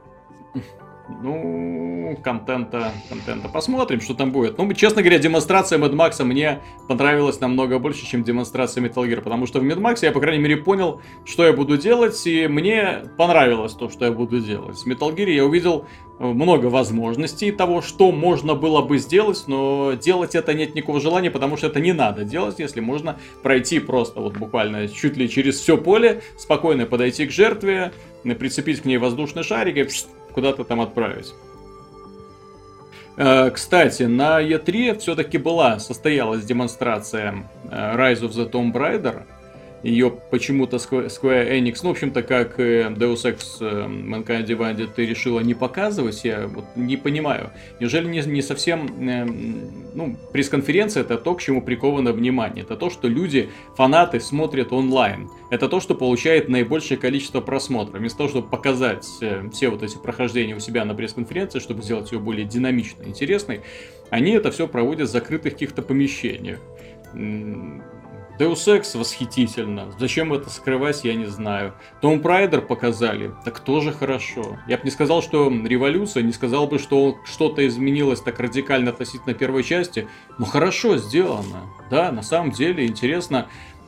Ну, контента. Посмотрим, что там будет. Ну, честно говоря, демонстрация Mad Max мне понравилась намного больше, чем демонстрация Metal Gear. Потому что в Mad Max я, по крайней мере, понял, что я буду делать. И мне понравилось то, что я буду делать. В Metal Gear я увидел много возможностей того, что можно было бы сделать. Но делать это нет никакого желания, потому что это не надо делать, если можно пройти просто вот буквально чуть ли через все поле, спокойно подойти к жертве, прицепить к ней воздушный шарик и куда-то там отправить. Кстати, на E3 все-таки состоялась демонстрация Rise of the Tomb Raider. Ее почему-то Square Enix, ну, в общем-то, как Deus Ex Mankind Divided, ты решила не показывать. Я вот не понимаю. Неужели не совсем... Ну, пресс-конференция — это то, к чему приковано внимание. Это то, что люди, фанаты, смотрят онлайн. Это то, что получает наибольшее количество просмотров. Вместо того, чтобы показать все вот эти прохождения у себя на пресс-конференции, чтобы сделать ее более динамичной, интересной, они это все проводят в закрытых каких-то помещениях. Deus Ex восхитительно. Зачем это скрывать, я не знаю. Tomb Raider показали. Так тоже хорошо. Я бы не сказал, что революция, не сказал бы, что что-то изменилось так радикально относительно первой части. Но хорошо сделано. Да, на самом деле интересно.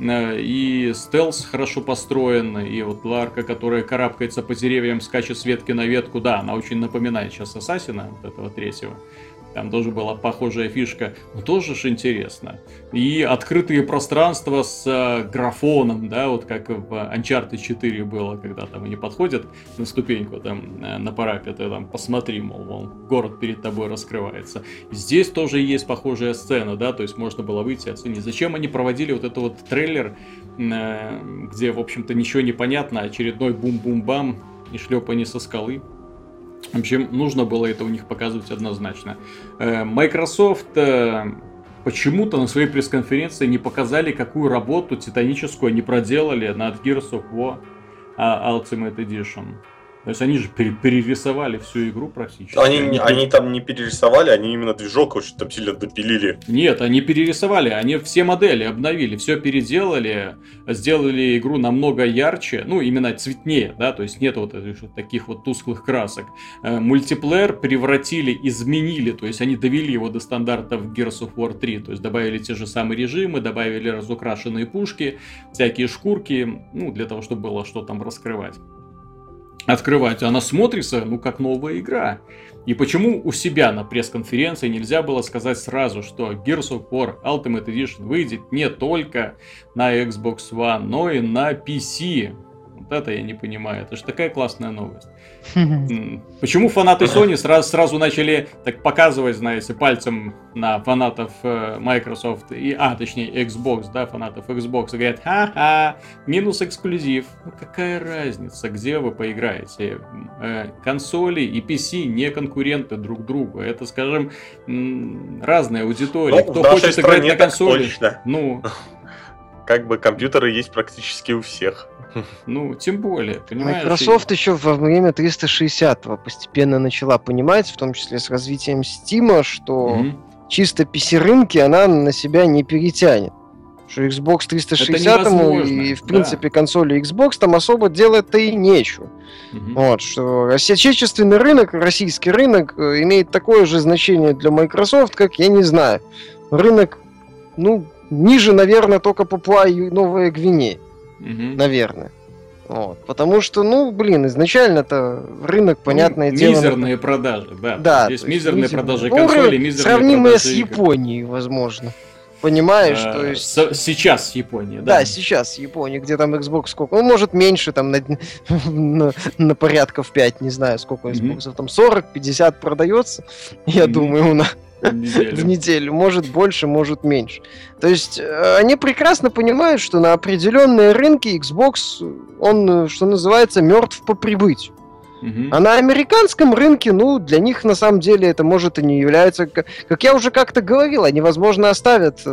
И стелс хорошо построен. И вот Ларка, которая карабкается по деревьям, скачет с ветки на ветку. Да, она очень напоминает сейчас Ассасина, вот этого третьего. Там тоже была похожая фишка, но тоже ж интересно. И открытые пространства с графоном, да, вот как в Uncharted 4 было, когда там они подходят на ступеньку, там, на парапет, и там, посмотри, мол, город перед тобой раскрывается. Здесь тоже есть похожая сцена, да, то есть можно было выйти и оценить. Зачем они проводили вот этот вот трейлер, где, в общем-то, ничего не понятно, очередной бум-бум-бам и шлепанье со скалы. В общем, нужно было это у них показывать однозначно. Microsoft почему-то на своей пресс-конференции не показали, какую работу титаническую они проделали над Gears of War Ultimate Edition. То есть они же перерисовали всю игру практически. Они там не перерисовали, они именно движок очень там сильно допилили. Нет, они перерисовали, они все модели обновили, все переделали, сделали игру намного ярче, ну именно цветнее, да, то есть нет вот таких вот тусклых красок. Мультиплеер превратили, изменили, то есть они довели его до стандартов Gears of War 3, то есть добавили те же самые режимы, добавили разукрашенные пушки, всякие шкурки, ну для того, чтобы было что там раскрывать. Открывать, она смотрится, ну, как новая игра. И почему у себя на пресс-конференции нельзя было сказать сразу, что Gears of War Ultimate Edition выйдет не только на Xbox One, но и на PC? Вот это я не понимаю, это же такая классная новость. Почему фанаты Sony сразу начали так показывать, знаете, пальцем на фанатов Microsoft, точнее Xbox, да, фанатов Xbox, и говорят, ха-ха, минус эксклюзив. Ну какая разница, где вы поиграете? Консоли и PC не конкуренты друг другу. Это, скажем, разные аудитории. Ну, кто хочет играть на консоли, ну... Как бы компьютеры есть практически у всех. Ну, тем более, понимаешь? Microsoft еще во время 360-го постепенно начала понимать, в том числе с развитием Steam, что чисто PC-рынки она на себя не перетянет. Что Xbox 360 и, в принципе, консоли Xbox там особо делать-то и нечего. Вот, что отечественный рынок, российский рынок имеет такое же значение для Microsoft, как, я не знаю, рынок, ну, ниже, наверное, только Папуа и Новая Гвинея. Наверное. Вот. Потому что, ну, блин, изначально-то рынок, понятное дело... Мизерные продажи, да. Да. Есть мизерные продажи консолей, мизерные сравнимые продажи с Японией, возможно. Понимаешь, то есть... Сейчас Япония, да? Да, сейчас Япония, где там Xbox сколько? Ну, может, меньше, там, на порядков 5, не знаю, сколько Xbox. Там 40-50 продается, я думаю, в неделю. Может больше, может меньше. То есть они прекрасно понимают, что на определенные рынки Xbox, он, что называется, мертв по прибытию. А на американском рынке, ну, для них на самом деле это может и не является... Как я уже как-то говорил, они, возможно, оставят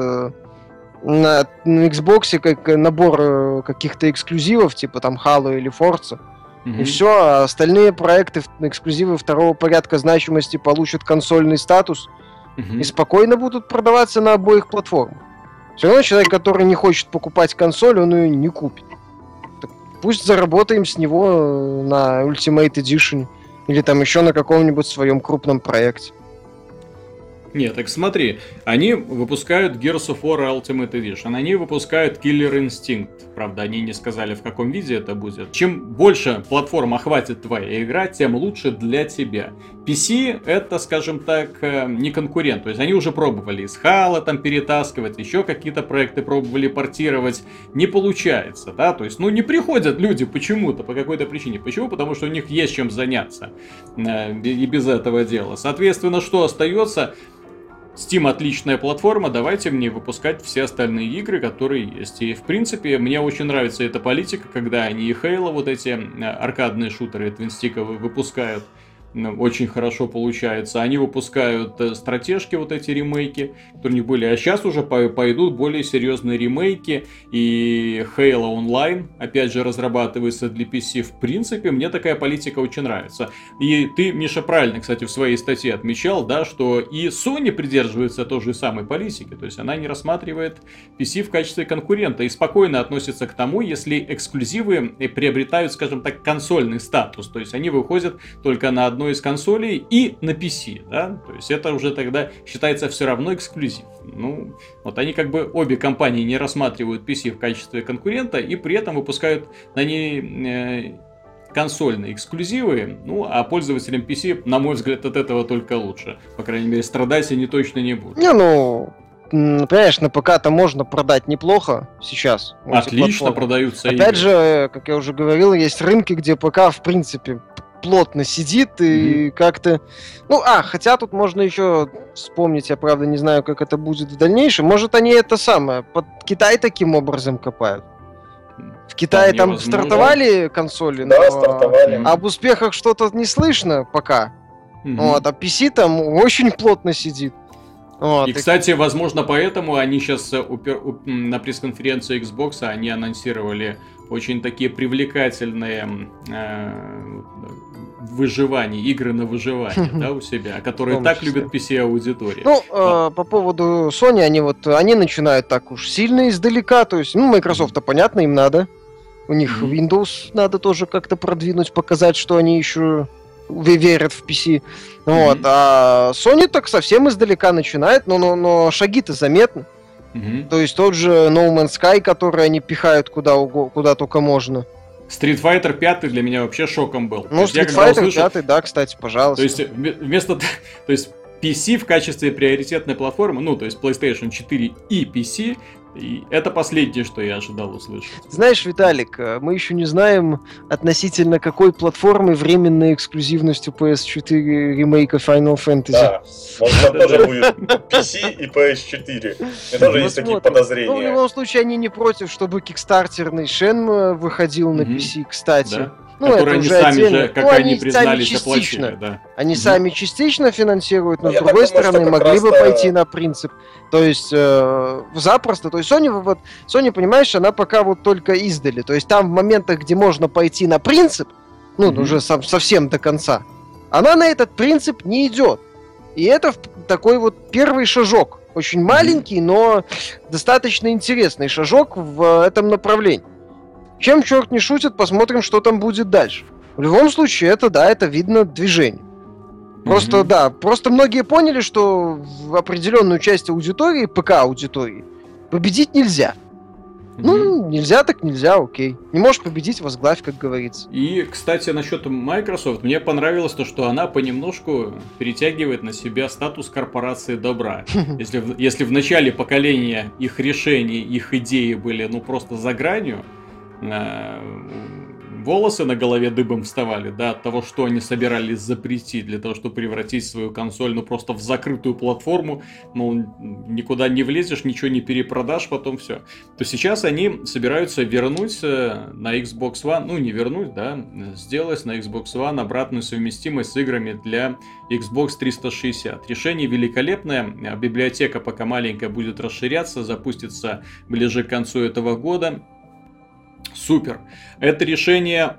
на Xbox как набор каких-то эксклюзивов, типа там Halo или Forza. И все, а остальные проекты, эксклюзивы второго порядка значимости получат консольный статус и спокойно будут продаваться на обоих платформах. Все равно человек, который не хочет покупать консоль, он ее не купит. Так пусть заработаем с него на Ultimate Edition или там еще на каком-нибудь своем крупном проекте. Нет, так смотри, они выпускают Gears of War Ultimate Edition, они выпускают Killer Instinct, правда, они не сказали, в каком виде это будет. Чем больше платформ охватит твоя игра, тем лучше для тебя. PC это, скажем так, не конкурент, то есть они уже пробовали из Halo там перетаскивать, еще какие-то проекты пробовали портировать, не получается, да, то есть, ну, не приходят люди почему-то, по какой-то причине. Почему? Потому что у них есть чем заняться и без этого дела. Соответственно, что остается? Steam отличная платформа, давайте мне выпускать все остальные игры, которые есть. И, в принципе, мне очень нравится эта политика, когда они и Halo, вот эти аркадные шутеры твинстиковые выпускают. Очень хорошо получается. Они выпускают стратежки, вот эти ремейки, которые у них были. А сейчас уже пойдут более серьезные ремейки. И Halo Online, опять же, разрабатывается для PC. В принципе, мне такая политика очень нравится. И ты, Миша, правильно, кстати, в своей статье отмечал, да, что и Sony придерживается той же самой политики. То есть она не рассматривает PC в качестве конкурента и спокойно относится к тому, если эксклюзивы приобретают, скажем так, консольный статус. То есть они выходят только на одной из консолей и на PC, да, то есть это уже тогда считается все равно эксклюзив. Ну, вот они как бы обе компании не рассматривают PC в качестве конкурента и при этом выпускают на ней консольные эксклюзивы, ну, а пользователям PC, на мой взгляд, от этого только лучше. По крайней мере, страдать они точно не будут. Не, ну, понимаешь, на ПК-то можно продать неплохо сейчас. Отлично продаются игры. Опять же, как я уже говорил, есть рынки, где ПК, в принципе, плотно сидит и как-то... Ну, хотя тут можно еще вспомнить, я правда не знаю, как это будет в дальнейшем. Может, они это самое, под Китай таким образом копают. В Китае там стартовали консоли, да, но стартовали. Об успехах что-то не слышно пока. Вот, а PC там очень плотно сидит. Вот. И, кстати, возможно, поэтому они сейчас на пресс-конференции Xbox они анонсировали очень такие привлекательные выживания, игры на выживание, да, у себя, которые так любят PC-аудитория. Ну, по поводу Sony, они начинают так уж сильно издалека, то есть, Microsoft-то понятно, им надо. У них Windows надо тоже как-то продвинуть, показать, что они еще верят в PC. Вот. А Sony так совсем издалека начинает, но шаги-то заметны. То есть тот же No Man's Sky, который они пихают куда только можно. Street Fighter 5 для меня вообще шоком был. Ну, Street Fighter 5, да, кстати, пожалуйста. То есть PC в качестве приоритетной платформы, ну, то есть PlayStation 4 и PC, и это последнее, что я ожидал услышать. Знаешь, Виталик, мы еще не знаем относительно какой платформы временной эксклюзивностью PS4 ремейка Final Fantasy. Да, может, там тоже будет PC и PS4. У меня тоже есть такие подозрения. Ну, в любом случае, они не против, чтобы кикстартерный Shenmue выходил на PC, кстати. Ну, которые они сами же, как они признались, оплатили. Да. Они сами частично финансируют, но с другой стороны могли бы пойти на принцип. То есть запросто. То есть Sony, понимаешь, она пока вот только издали. То есть там в моментах, где можно пойти на принцип, уже совсем до конца, она на этот принцип не идет. И это такой вот первый шажок. Очень маленький, но достаточно интересный шажок в этом направлении. Чем черт не шутит, посмотрим, что там будет дальше. В любом случае, это видно движение. Просто многие поняли, что в определенную часть аудитории, ПК-аудитории, победить нельзя. Ну, нельзя так нельзя, окей. Не можешь победить, возглавь, как говорится. И, кстати, насчет Microsoft, мне понравилось то, что она понемножку перетягивает на себя статус корпорации добра. Если в начале поколения их решений, их идеи были, ну, просто за гранью, волосы на голове дыбом вставали, да, от того, что они собирались запретить для того, чтобы превратить свою консоль, ну, просто в закрытую платформу, мол, никуда не влезешь, ничего не перепродашь, потом все. То сейчас они собираются вернуть на Xbox One, ну, не вернуть, да, сделать на Xbox One обратную совместимость с играми для Xbox 360. Решение великолепное, библиотека пока маленькая будет расширяться, запустится ближе к концу этого года. Супер. Это решение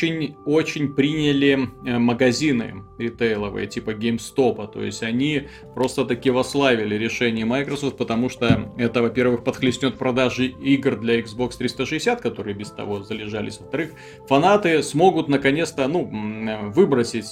очень приняли магазины ритейловые, типа GameStop. То есть они просто-таки восславили решение Microsoft, потому что это, во-первых, подхлестнет продажи игр для Xbox 360, которые без того залежались. Во-вторых, фанаты смогут наконец-то, выбросить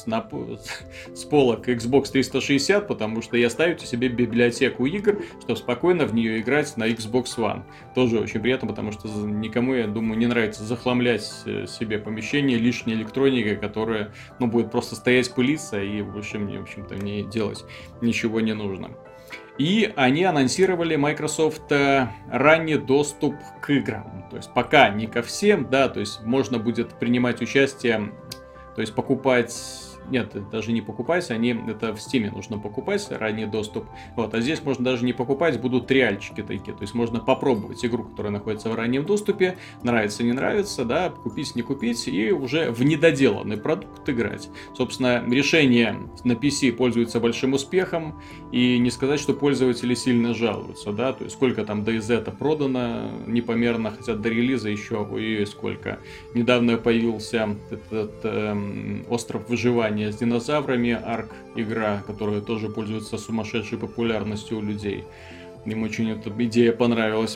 с полок Xbox 360, потому что и оставите себе библиотеку игр, чтобы спокойно в нее играть на Xbox One. Тоже очень приятно, потому что никому, я думаю, не нравится захламлять себе помещение лишней электроникой, которая, будет просто стоять, пылиться, и больше мне, в общем-то, не делать ничего не нужно. И они анонсировали Microsoft ранний доступ к играм. То есть пока не ко всем, да, то есть можно будет принимать участие, то есть покупать... Нет, даже не покупать, это в Steam нужно покупать, ранний доступ. Вот, а здесь можно даже не покупать, будут триальчики такие. То есть можно попробовать игру, которая находится в раннем доступе, нравится, не нравится, да, купить, не купить, и уже в недоделанный продукт играть. Собственно, решение на PC пользуется большим успехом, и не сказать, что пользователи сильно жалуются, да, то есть сколько там DayZ продано непомерно, хотя до релиза еще, ой, сколько. Недавно появился этот остров выживания с динозаврами, Арк игра, которая тоже пользуется сумасшедшей популярностью у людей. Им очень эта идея понравилась.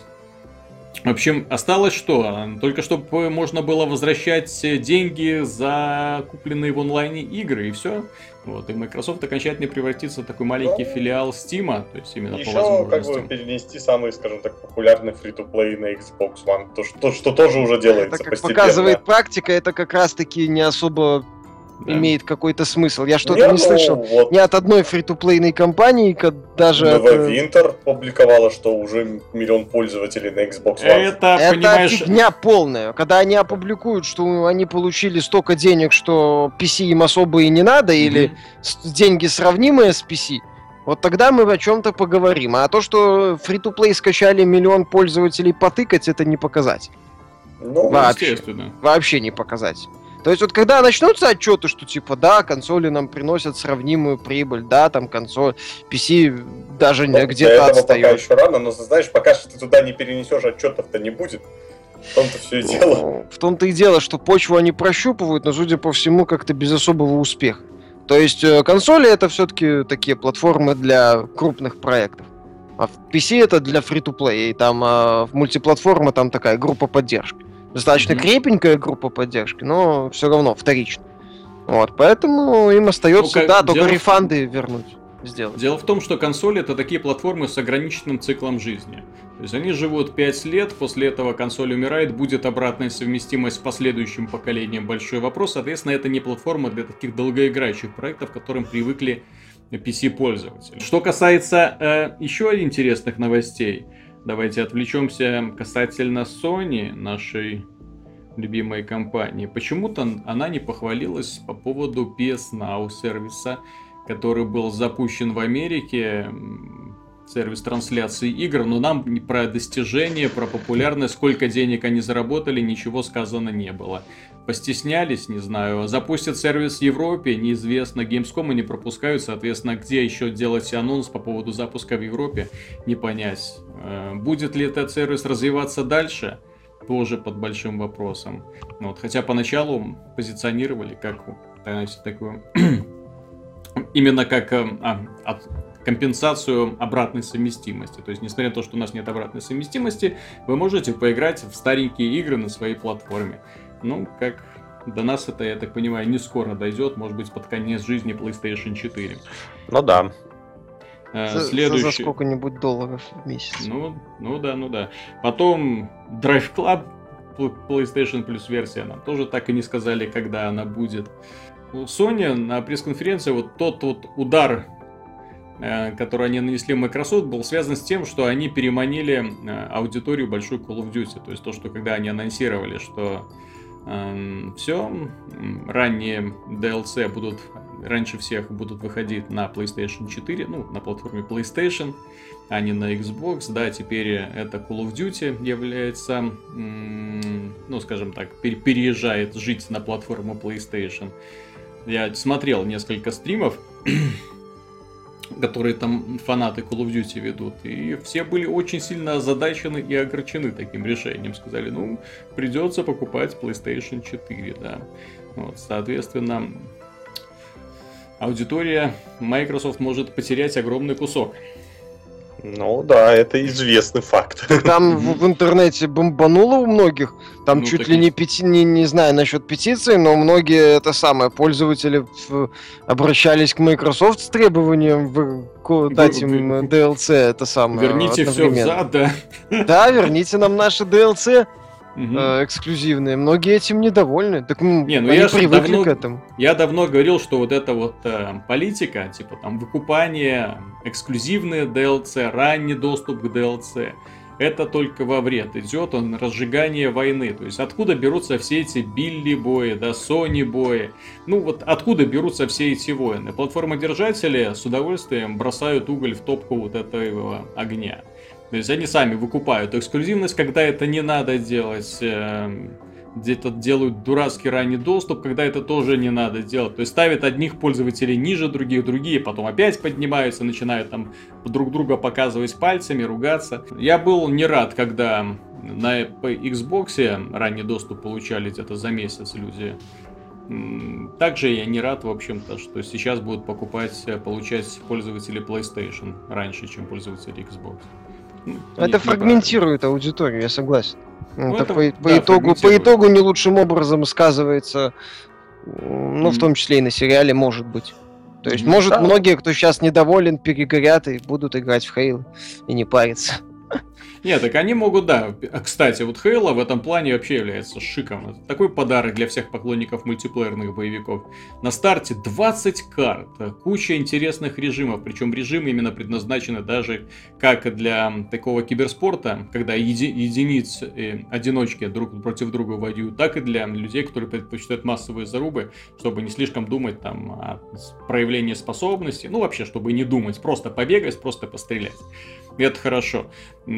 В общем, осталось что? Только чтобы можно было возвращать деньги за купленные в онлайне игры, и все. Вот, и Microsoft окончательно превратится в такой маленький филиал Steam, то есть именно еще, по возможностям. Как бы перенести самый, скажем так, популярный фри-то-плей на Xbox One, то, что тоже уже делается это, как постепенно. Показывает практика, это как раз-таки не особо имеет какой-то смысл. Я что-то не слышал ни от одной фри-то-плейной компании, даже Winter публиковала, что уже 1 миллион пользователей на Xbox One. Это фигня полная. Когда они опубликуют, что они получили столько денег, что PC им особо и не надо, или деньги сравнимые с PC, вот тогда мы о чем-то поговорим. А то, что фри-то-плей скачали 1 миллион пользователей потыкать, это не показать. Вообще не показать. То есть вот когда начнутся отчеты, что типа да, консоли нам приносят сравнимую прибыль, да, там консоль, PC даже где-то отстает. Пока еще рано, но знаешь, пока что ты туда не перенесешь, отчетов-то не будет. В том-то все и дело. В том-то и дело, что почву они прощупывают, но, судя по всему, как-то без особого успеха. То есть консоли это все-таки такие платформы для крупных проектов. А в PC это для фри-то-плей, и там в мультиплатформа там такая группа поддержки. Достаточно крепенькая группа поддержки, но все равно вторично. Вот, поэтому им остается, только рефанды вернуть. Сделать. Дело в том, что консоли это такие платформы с ограниченным циклом жизни. То есть они живут 5 лет, после этого консоль умирает, будет обратная совместимость с последующим поколением, большой вопрос. Соответственно, это не платформа для таких долгоиграющих проектов, к которым привыкли PC-пользователи. Что касается еще интересных новостей, давайте отвлечемся касательно Sony, нашей любимой компании. Почему-то она не похвалилась по поводу PS Now сервиса, который был запущен в Америке, сервис трансляции игр, но нам про достижения, про популярность, сколько денег они заработали, ничего сказано не было. Постеснялись, не знаю. Запустят сервис в Европе, неизвестно. Gamescom не пропускают, соответственно, где еще делать анонс по поводу запуска в Европе, не понять. Будет ли этот сервис развиваться дальше, тоже под большим вопросом. Вот, хотя поначалу позиционировали как такую именно как компенсацию обратной совместимости. То есть, несмотря на то, что у нас нет обратной совместимости, вы можете поиграть в старенькие игры на своей платформе. Ну, как до нас это, я так понимаю, не скоро дойдет, может быть, под конец жизни PlayStation 4. Ну да. За сколько-нибудь долларов в месяц. Ну да. Потом Drive Club, PlayStation Plus версия, нам тоже так и не сказали, когда она будет. У Sony на пресс-конференции вот тот вот удар, который они нанесли в Microsoft, был связан с тем, что они переманили аудиторию большой Call of Duty. То есть то, что когда они анонсировали, что все, ранние DLC будут раньше всех будут выходить на PlayStation 4, ну, на платформе PlayStation, а не на Xbox. Да, теперь это Call of Duty является, ну, скажем так, переезжает жить на платформу PlayStation. Я смотрел несколько стримов, которые там фанаты Call of Duty ведут, и все были очень сильно озадачены и огорчены таким решением. Сказали, ну, придется покупать PlayStation 4, да. Вот, соответственно, аудитория Microsoft может потерять огромный кусок. Ну да, это известный факт. Там в интернете бомбануло у многих. Там чуть ли не знаю насчет петиции, но многие пользователи обращались к Microsoft с требованием дать им DLC, это самое. Верните все взад, да. Да, верните нам наши DLC. Эксклюзивные. Многие этим недовольны. Так они привыкли к этому. Я давно говорил, что вот эта вот политика, типа там выкупание, эксклюзивные DLC, ранний доступ к DLC, это только во вред. Идет разжигание войны. То есть откуда берутся все эти Билли-бои, да, Sony-бои? Ну вот откуда берутся все эти войны? Платформодержатели с удовольствием бросают уголь в топку вот этого огня. То есть они сами выкупают эксклюзивность, когда это не надо делать, где-то делают дурацкий ранний доступ, когда это тоже не надо делать. То есть ставят одних пользователей ниже других, другие потом опять поднимаются, начинают там друг друга показывать пальцами, ругаться. Я был не рад, когда на Xbox ранний доступ получали где-то за месяц люди. Также я не рад, в общем-то, что сейчас будут получать пользователи PlayStation раньше, чем пользователи Xbox. Это фрагментирует аудиторию, я согласен. Это по итогу не лучшим образом сказывается, ну, в том числе и на сериале, может быть. То есть, может, многие, кто сейчас недоволен, перегорят и будут играть в Halo и не париться. Нет, так они могут, да. Кстати, вот Halo в этом плане вообще является шиком. Это такой подарок для всех поклонников мультиплеерных боевиков. На старте 20 карт, куча интересных режимов. Причем режимы именно предназначены даже как для такого киберспорта, когда единицы, одиночки друг против друга воюют, так и для людей, которые предпочитают массовые зарубы, чтобы не слишком думать там о проявлении способностей. Ну, вообще, чтобы не думать, просто побегать, просто пострелять. И это хорошо.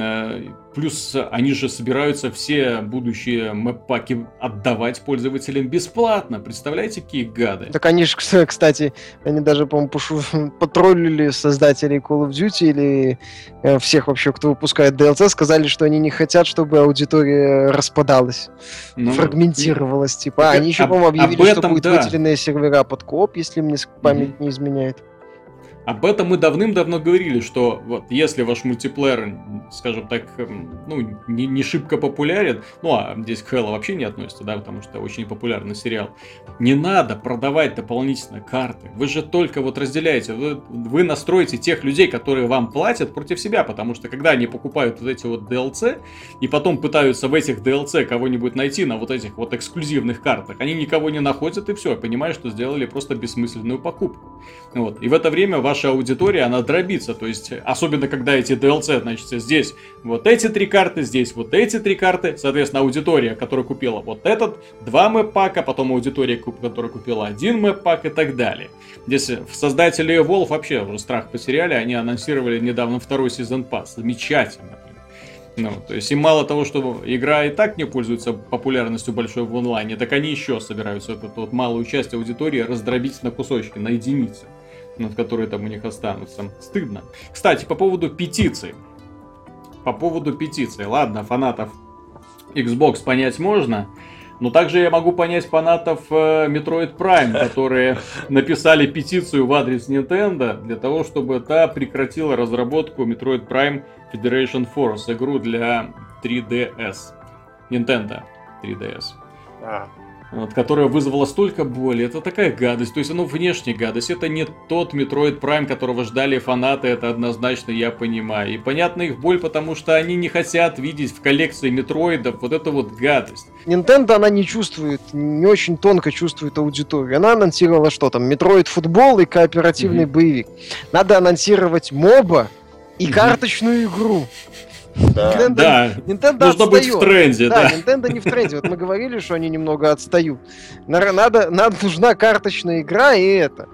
Плюс они же собираются все будущие мэп-паки отдавать пользователям бесплатно. Представляете, какие гады? Так они же, кстати, они даже, по-моему, потроллили создателей Call of Duty или всех вообще, кто выпускает DLC, сказали, что они не хотят, чтобы аудитория распадалась, фрагментировалась. Типа, они еще, по-моему, объявили, что будут выделенные сервера под кооп, если мне память не изменяет. Об этом мы давным-давно говорили, что вот если ваш мультиплеер, скажем так, ну, не шибко популярен, ну, а здесь к Halo вообще не относится, да, потому что очень популярный сериал, не надо продавать дополнительно карты. Вы же только вот разделяете, вы настроите тех людей, которые вам платят, против себя, потому что когда они покупают вот эти вот DLC, и потом пытаются в этих DLC кого-нибудь найти на вот этих вот эксклюзивных картах, они никого не находят, и все, понимают, что сделали просто бессмысленную покупку. Вот. И в это время ваша аудитория, она дробится, то есть, особенно когда эти DLC, значит, здесь вот эти 3 карты, здесь вот эти 3 карты, соответственно, аудитория, которая купила вот этот, 2 мэп-пака, потом аудитория, которая купила 1 мэп-пак и так далее. Здесь создатели Evolve вообще уже страх потеряли, они анонсировали недавно 2-й сезон пасс, замечательно. Ну, то есть, им мало того, что игра и так не пользуется популярностью большой в онлайне, так они еще собираются эту вот малую часть аудитории раздробить на кусочки, на единицы, которые там у них останутся. Стыдно. Кстати, по поводу петиции. Ладно, фанатов Xbox понять можно, но также я могу понять фанатов Metroid Prime, которые написали петицию в адрес Nintendo для того, чтобы та прекратила разработку Metroid Prime Federation Force, игру для 3DS. Nintendo 3DS. вот, которая вызвала столько боли. Это такая гадость. То есть, оно внешне гадость. Это не тот Metroid Prime, которого ждали фанаты. Это однозначно я понимаю. И понятна их боль, потому что они не хотят видеть в коллекции метроидов вот эту вот гадость. Nintendo, она не чувствует, не очень тонко чувствует аудиторию. Она анонсировала что там? Metroid футбол и кооперативный боевик. Надо анонсировать моба и карточную игру. Да. Nintendo нужно отстает. быть в тренде, да. Nintendo не в тренде. Вот мы говорили, что они немного отстают. Нужна карточная игра и это.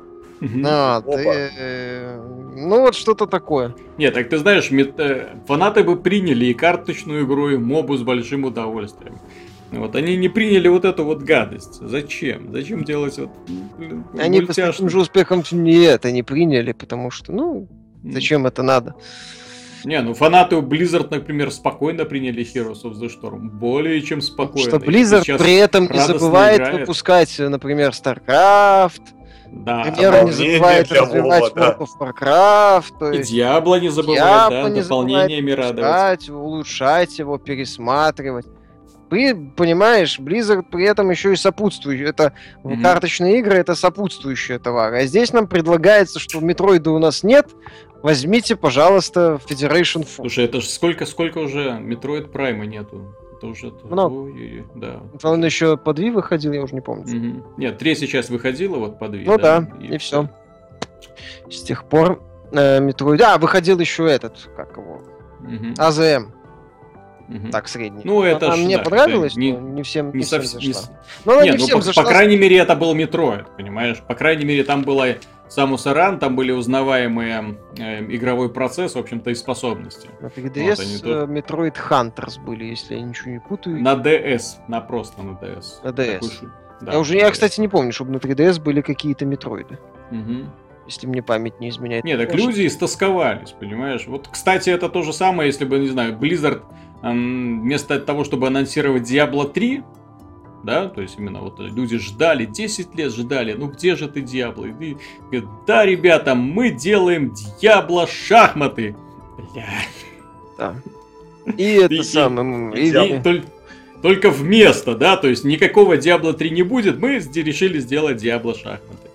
Ну вот что-то такое. Нет, так ты знаешь, фанаты бы приняли и карточную игру, и мобу с большим удовольствием. Вот они не приняли вот эту вот гадость. Зачем? Зачем делать вот они с таким же успехом не приняли, потому что, зачем это надо? Не, фанаты Blizzard, например, спокойно приняли Heroes of the Storm. Более чем спокойно. Что Blizzard при этом не забывает выпускать, например, StarCraft. Да. Например, не забывает развивать World of Warcraft. То есть и Diablo не забывает, дополнениями радовать. Улучшать его, пересматривать. Понимаешь, Blizzard при этом еще и сопутствующий. Это карточные игры, это сопутствующие товары. А здесь нам предлагается, что Метроида у нас нет. Возьмите, пожалуйста, Federation Force. Слушай, это же сколько уже Metroid Prime нету? Это уже много. Да. Он еще по Wii выходил, я уже не помню. Нет, третья часть выходила вот по Wii. Ну да, и все. С тех пор Metroid... выходил еще этот, как его? АЗМ. Так, средний. Это мне понравилось, но не всем зашла. По крайней мере, это был Metroid, понимаешь? По крайней мере, там была Samus Aran, там были узнаваемые игровой процесс, в общем-то, и способности. На 3DS Metroid Hunters были, если я ничего не путаю. На DS, просто на DS. На DS. Я, кстати, не помню, чтобы на 3DS были какие-то Метроиды. Если мне память не изменяет. Нет, так люди истосковались, понимаешь? Вот, кстати, это то же самое, если бы, не знаю, Blizzard вместо того, чтобы анонсировать Diablo 3, да, то есть именно вот люди ждали, 10 лет ждали, где же ты, Diablo? И говорят, да, ребята, мы делаем Diablo шахматы. Бля. Да. И это самое... Только вместо, да, то есть никакого Diablo 3 не будет, мы решили сделать Diablo шахматы.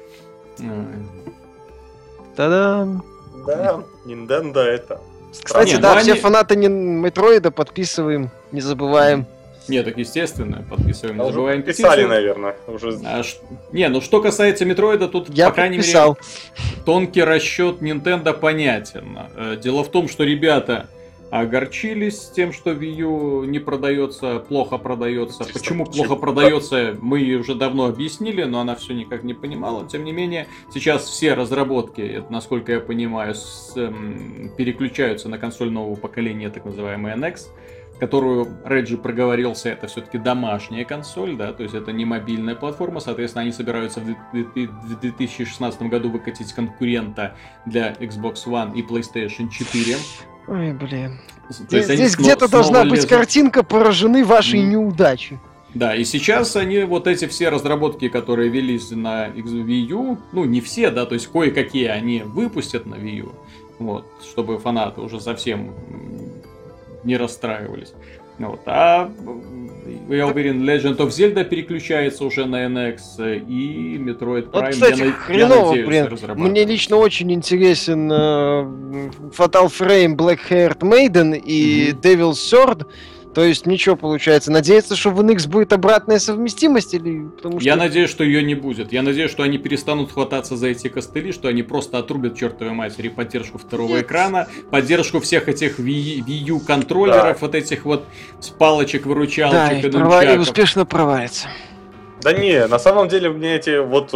Та-дам! Да, Nintendo это... Кстати, все фанаты Метроида подписываем, не забываем. Нет, так естественно, подписываем, не забываем писали, петицию. Наверное, уже. Что касается Метроида, тут, по крайней мере, тонкий расчет Nintendo понятен. Дело в том, что ребята огорчились тем, что Wii U не продается, плохо продается. Почему плохо продается, мы уже давно объяснили, но она все никак не понимала. Тем не менее, сейчас все разработки, насколько я понимаю, переключаются на консоль нового поколения, так называемый NX, которую Реджи проговорился, это все-таки домашняя консоль, да, то есть это не мобильная платформа, соответственно, они собираются в 2016 году выкатить конкурента для Xbox One и PlayStation 4. Ой, блин. Здесь где-то должна быть картинка «Поражены вашей неудачей». Да, и сейчас они вот эти все разработки, которые велись на Wii U, не все, да, то есть кое-какие они выпустят на Wii U, вот, чтобы фанаты уже совсем не расстраивались. Вот. А я уверен, Legend of Zelda переключается уже на NX, и Metroid Prime, кстати, хреново, мне лично очень интересен Fatal Frame, Black Haired Maiden и Devil's Sword. То есть ничего получается. Надеяться, что в NX будет обратная совместимость? Или потому что... Я надеюсь, что ее не будет. Я надеюсь, что они перестанут хвататься за эти костыли, что они просто отрубят чертовой матери поддержку второго экрана, поддержку всех этих Wii U контроллеров, вот этих вот с палочек-выручалочек и нунчаков. И успешно провалится. Да не, на самом деле у меня эти вот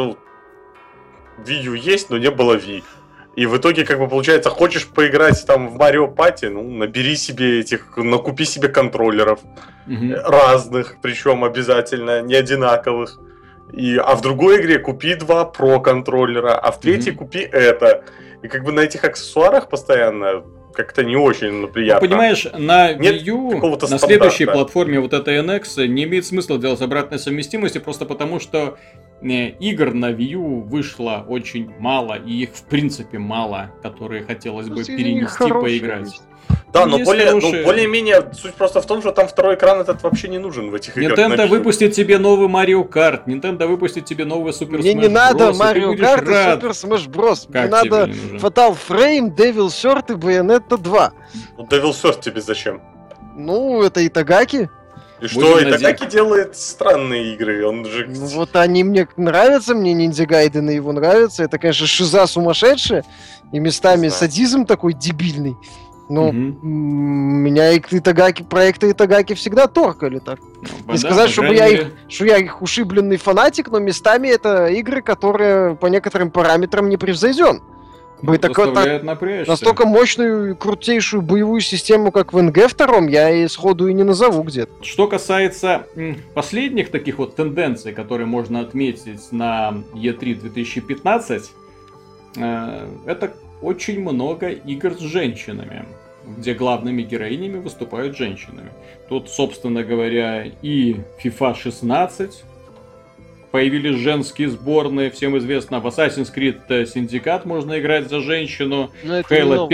Wii U есть, но не было Wii. И в итоге, получается, хочешь поиграть там в Марио Пати, набери себе накупи себе контроллеров разных, причем обязательно не одинаковых. А в другой игре купи 2 Pro контроллера, а в третьей купи это. И на этих аксессуарах постоянно как-то не очень приятно. Понимаешь, на Wii U, на следующей платформе вот этой NX, не имеет смысла делать обратной совместимости, просто потому что игр на Wii U вышло очень мало, и их в принципе мало, которые хотелось бы перенести, поиграть. Да, но более-менее суть просто в том, что там второй экран этот вообще не нужен в этих играх. Nintendo выпустит тебе новый Mario Kart, Nintendo выпустит тебе новый Super Smash Bros. Мне не надо Mario Kart и Super Smash Bros. Мне надо Fatal Frame, Devil Third и Bayonetta 2. Ну, Devil Third тебе зачем? Ну, это Итагаки. И что, Итагаки делает странные игры, он же... Ну, вот они мне нравятся, мне Ниндзя Гайден его нравится. Это, конечно, шиза сумасшедшая, и местами садизм такой дебильный. Но меня проекты Итагаки всегда торкали так. Не сказать, чтобы я их ушибленный фанатик, но местами это игры, которые по некоторым параметрам не превзойден. Настолько мощную и крутейшую боевую систему, как в НГ 2, я и сходу и не назову где-то. Что касается последних таких вот тенденций, которые можно отметить на E3 2015, это очень много игр с женщинами, где главными героинями выступают женщинами. Тут, собственно говоря, и FIFA 16, появились женские сборные, всем известно, в Assassin's Creed Syndicate можно играть за женщину, в Halo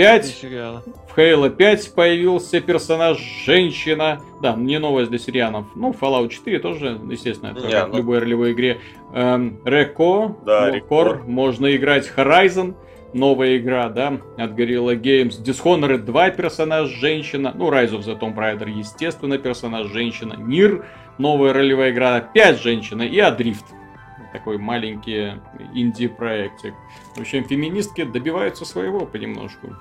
5 появился персонаж женщина, да, не новость для серианов, ну, Fallout 4 тоже, естественно, как в любой ролевой игре, Recore, можно играть Horizon, новая игра, да, от Guerrilla Games, Dishonored 2 персонаж женщина, ну, Rise of the Tomb Raider, естественно, персонаж женщина, Нир, новая ролевая игра, опять женщина, и Adrift, такой маленький инди-проектик. В общем, феминистки добиваются своего понемножку.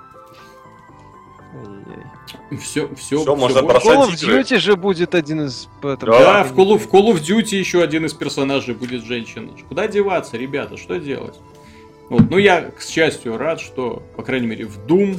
Все можно бросать. Call of Duty же будет один из... Да, в Call of Duty еще один из персонажей будет женщина. Куда деваться, ребята, что делать? Вот. Ну, я, к счастью, рад, что, по крайней мере, в Doom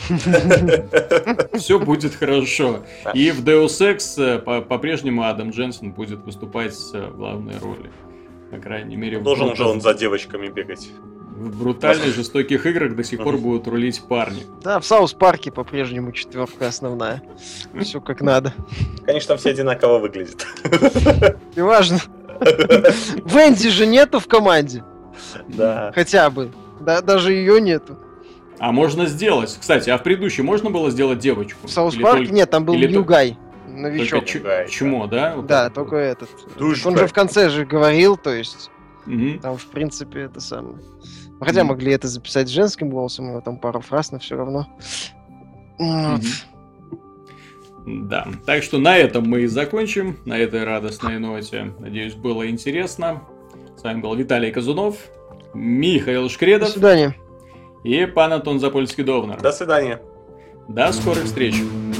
все будет хорошо. И в Deus Ex по-прежнему Адам Дженсен будет выступать в главной роли. По крайней мере... Должен же он за девочками бегать. В брутальных, жестоких играх до сих пор будут рулить парни. Да, в Саус Парке по-прежнему 4 основная. Все как надо. Конечно, там все одинаково выглядят. Неважно. Венди же нету в команде. Да. Хотя бы. Да, даже ее нету. А можно сделать. Кстати, а в предыдущем можно было сделать девочку? В Саус Парке нет, там был Ньюгай. Новичок. Чмо, да? Вот да, только этот. Он же в конце же говорил, то есть... Там, в принципе, это самое. Хотя могли это записать женским голосом, у него там пару фраз, но все равно. Вот. Да, так что на этом мы и закончим, на этой радостной ноте. Надеюсь, было интересно. С вами был Виталий Казунов, Михаил Шкредов. До свидания. И пан Антон Запольский-Довнар. До свидания. До скорых встреч.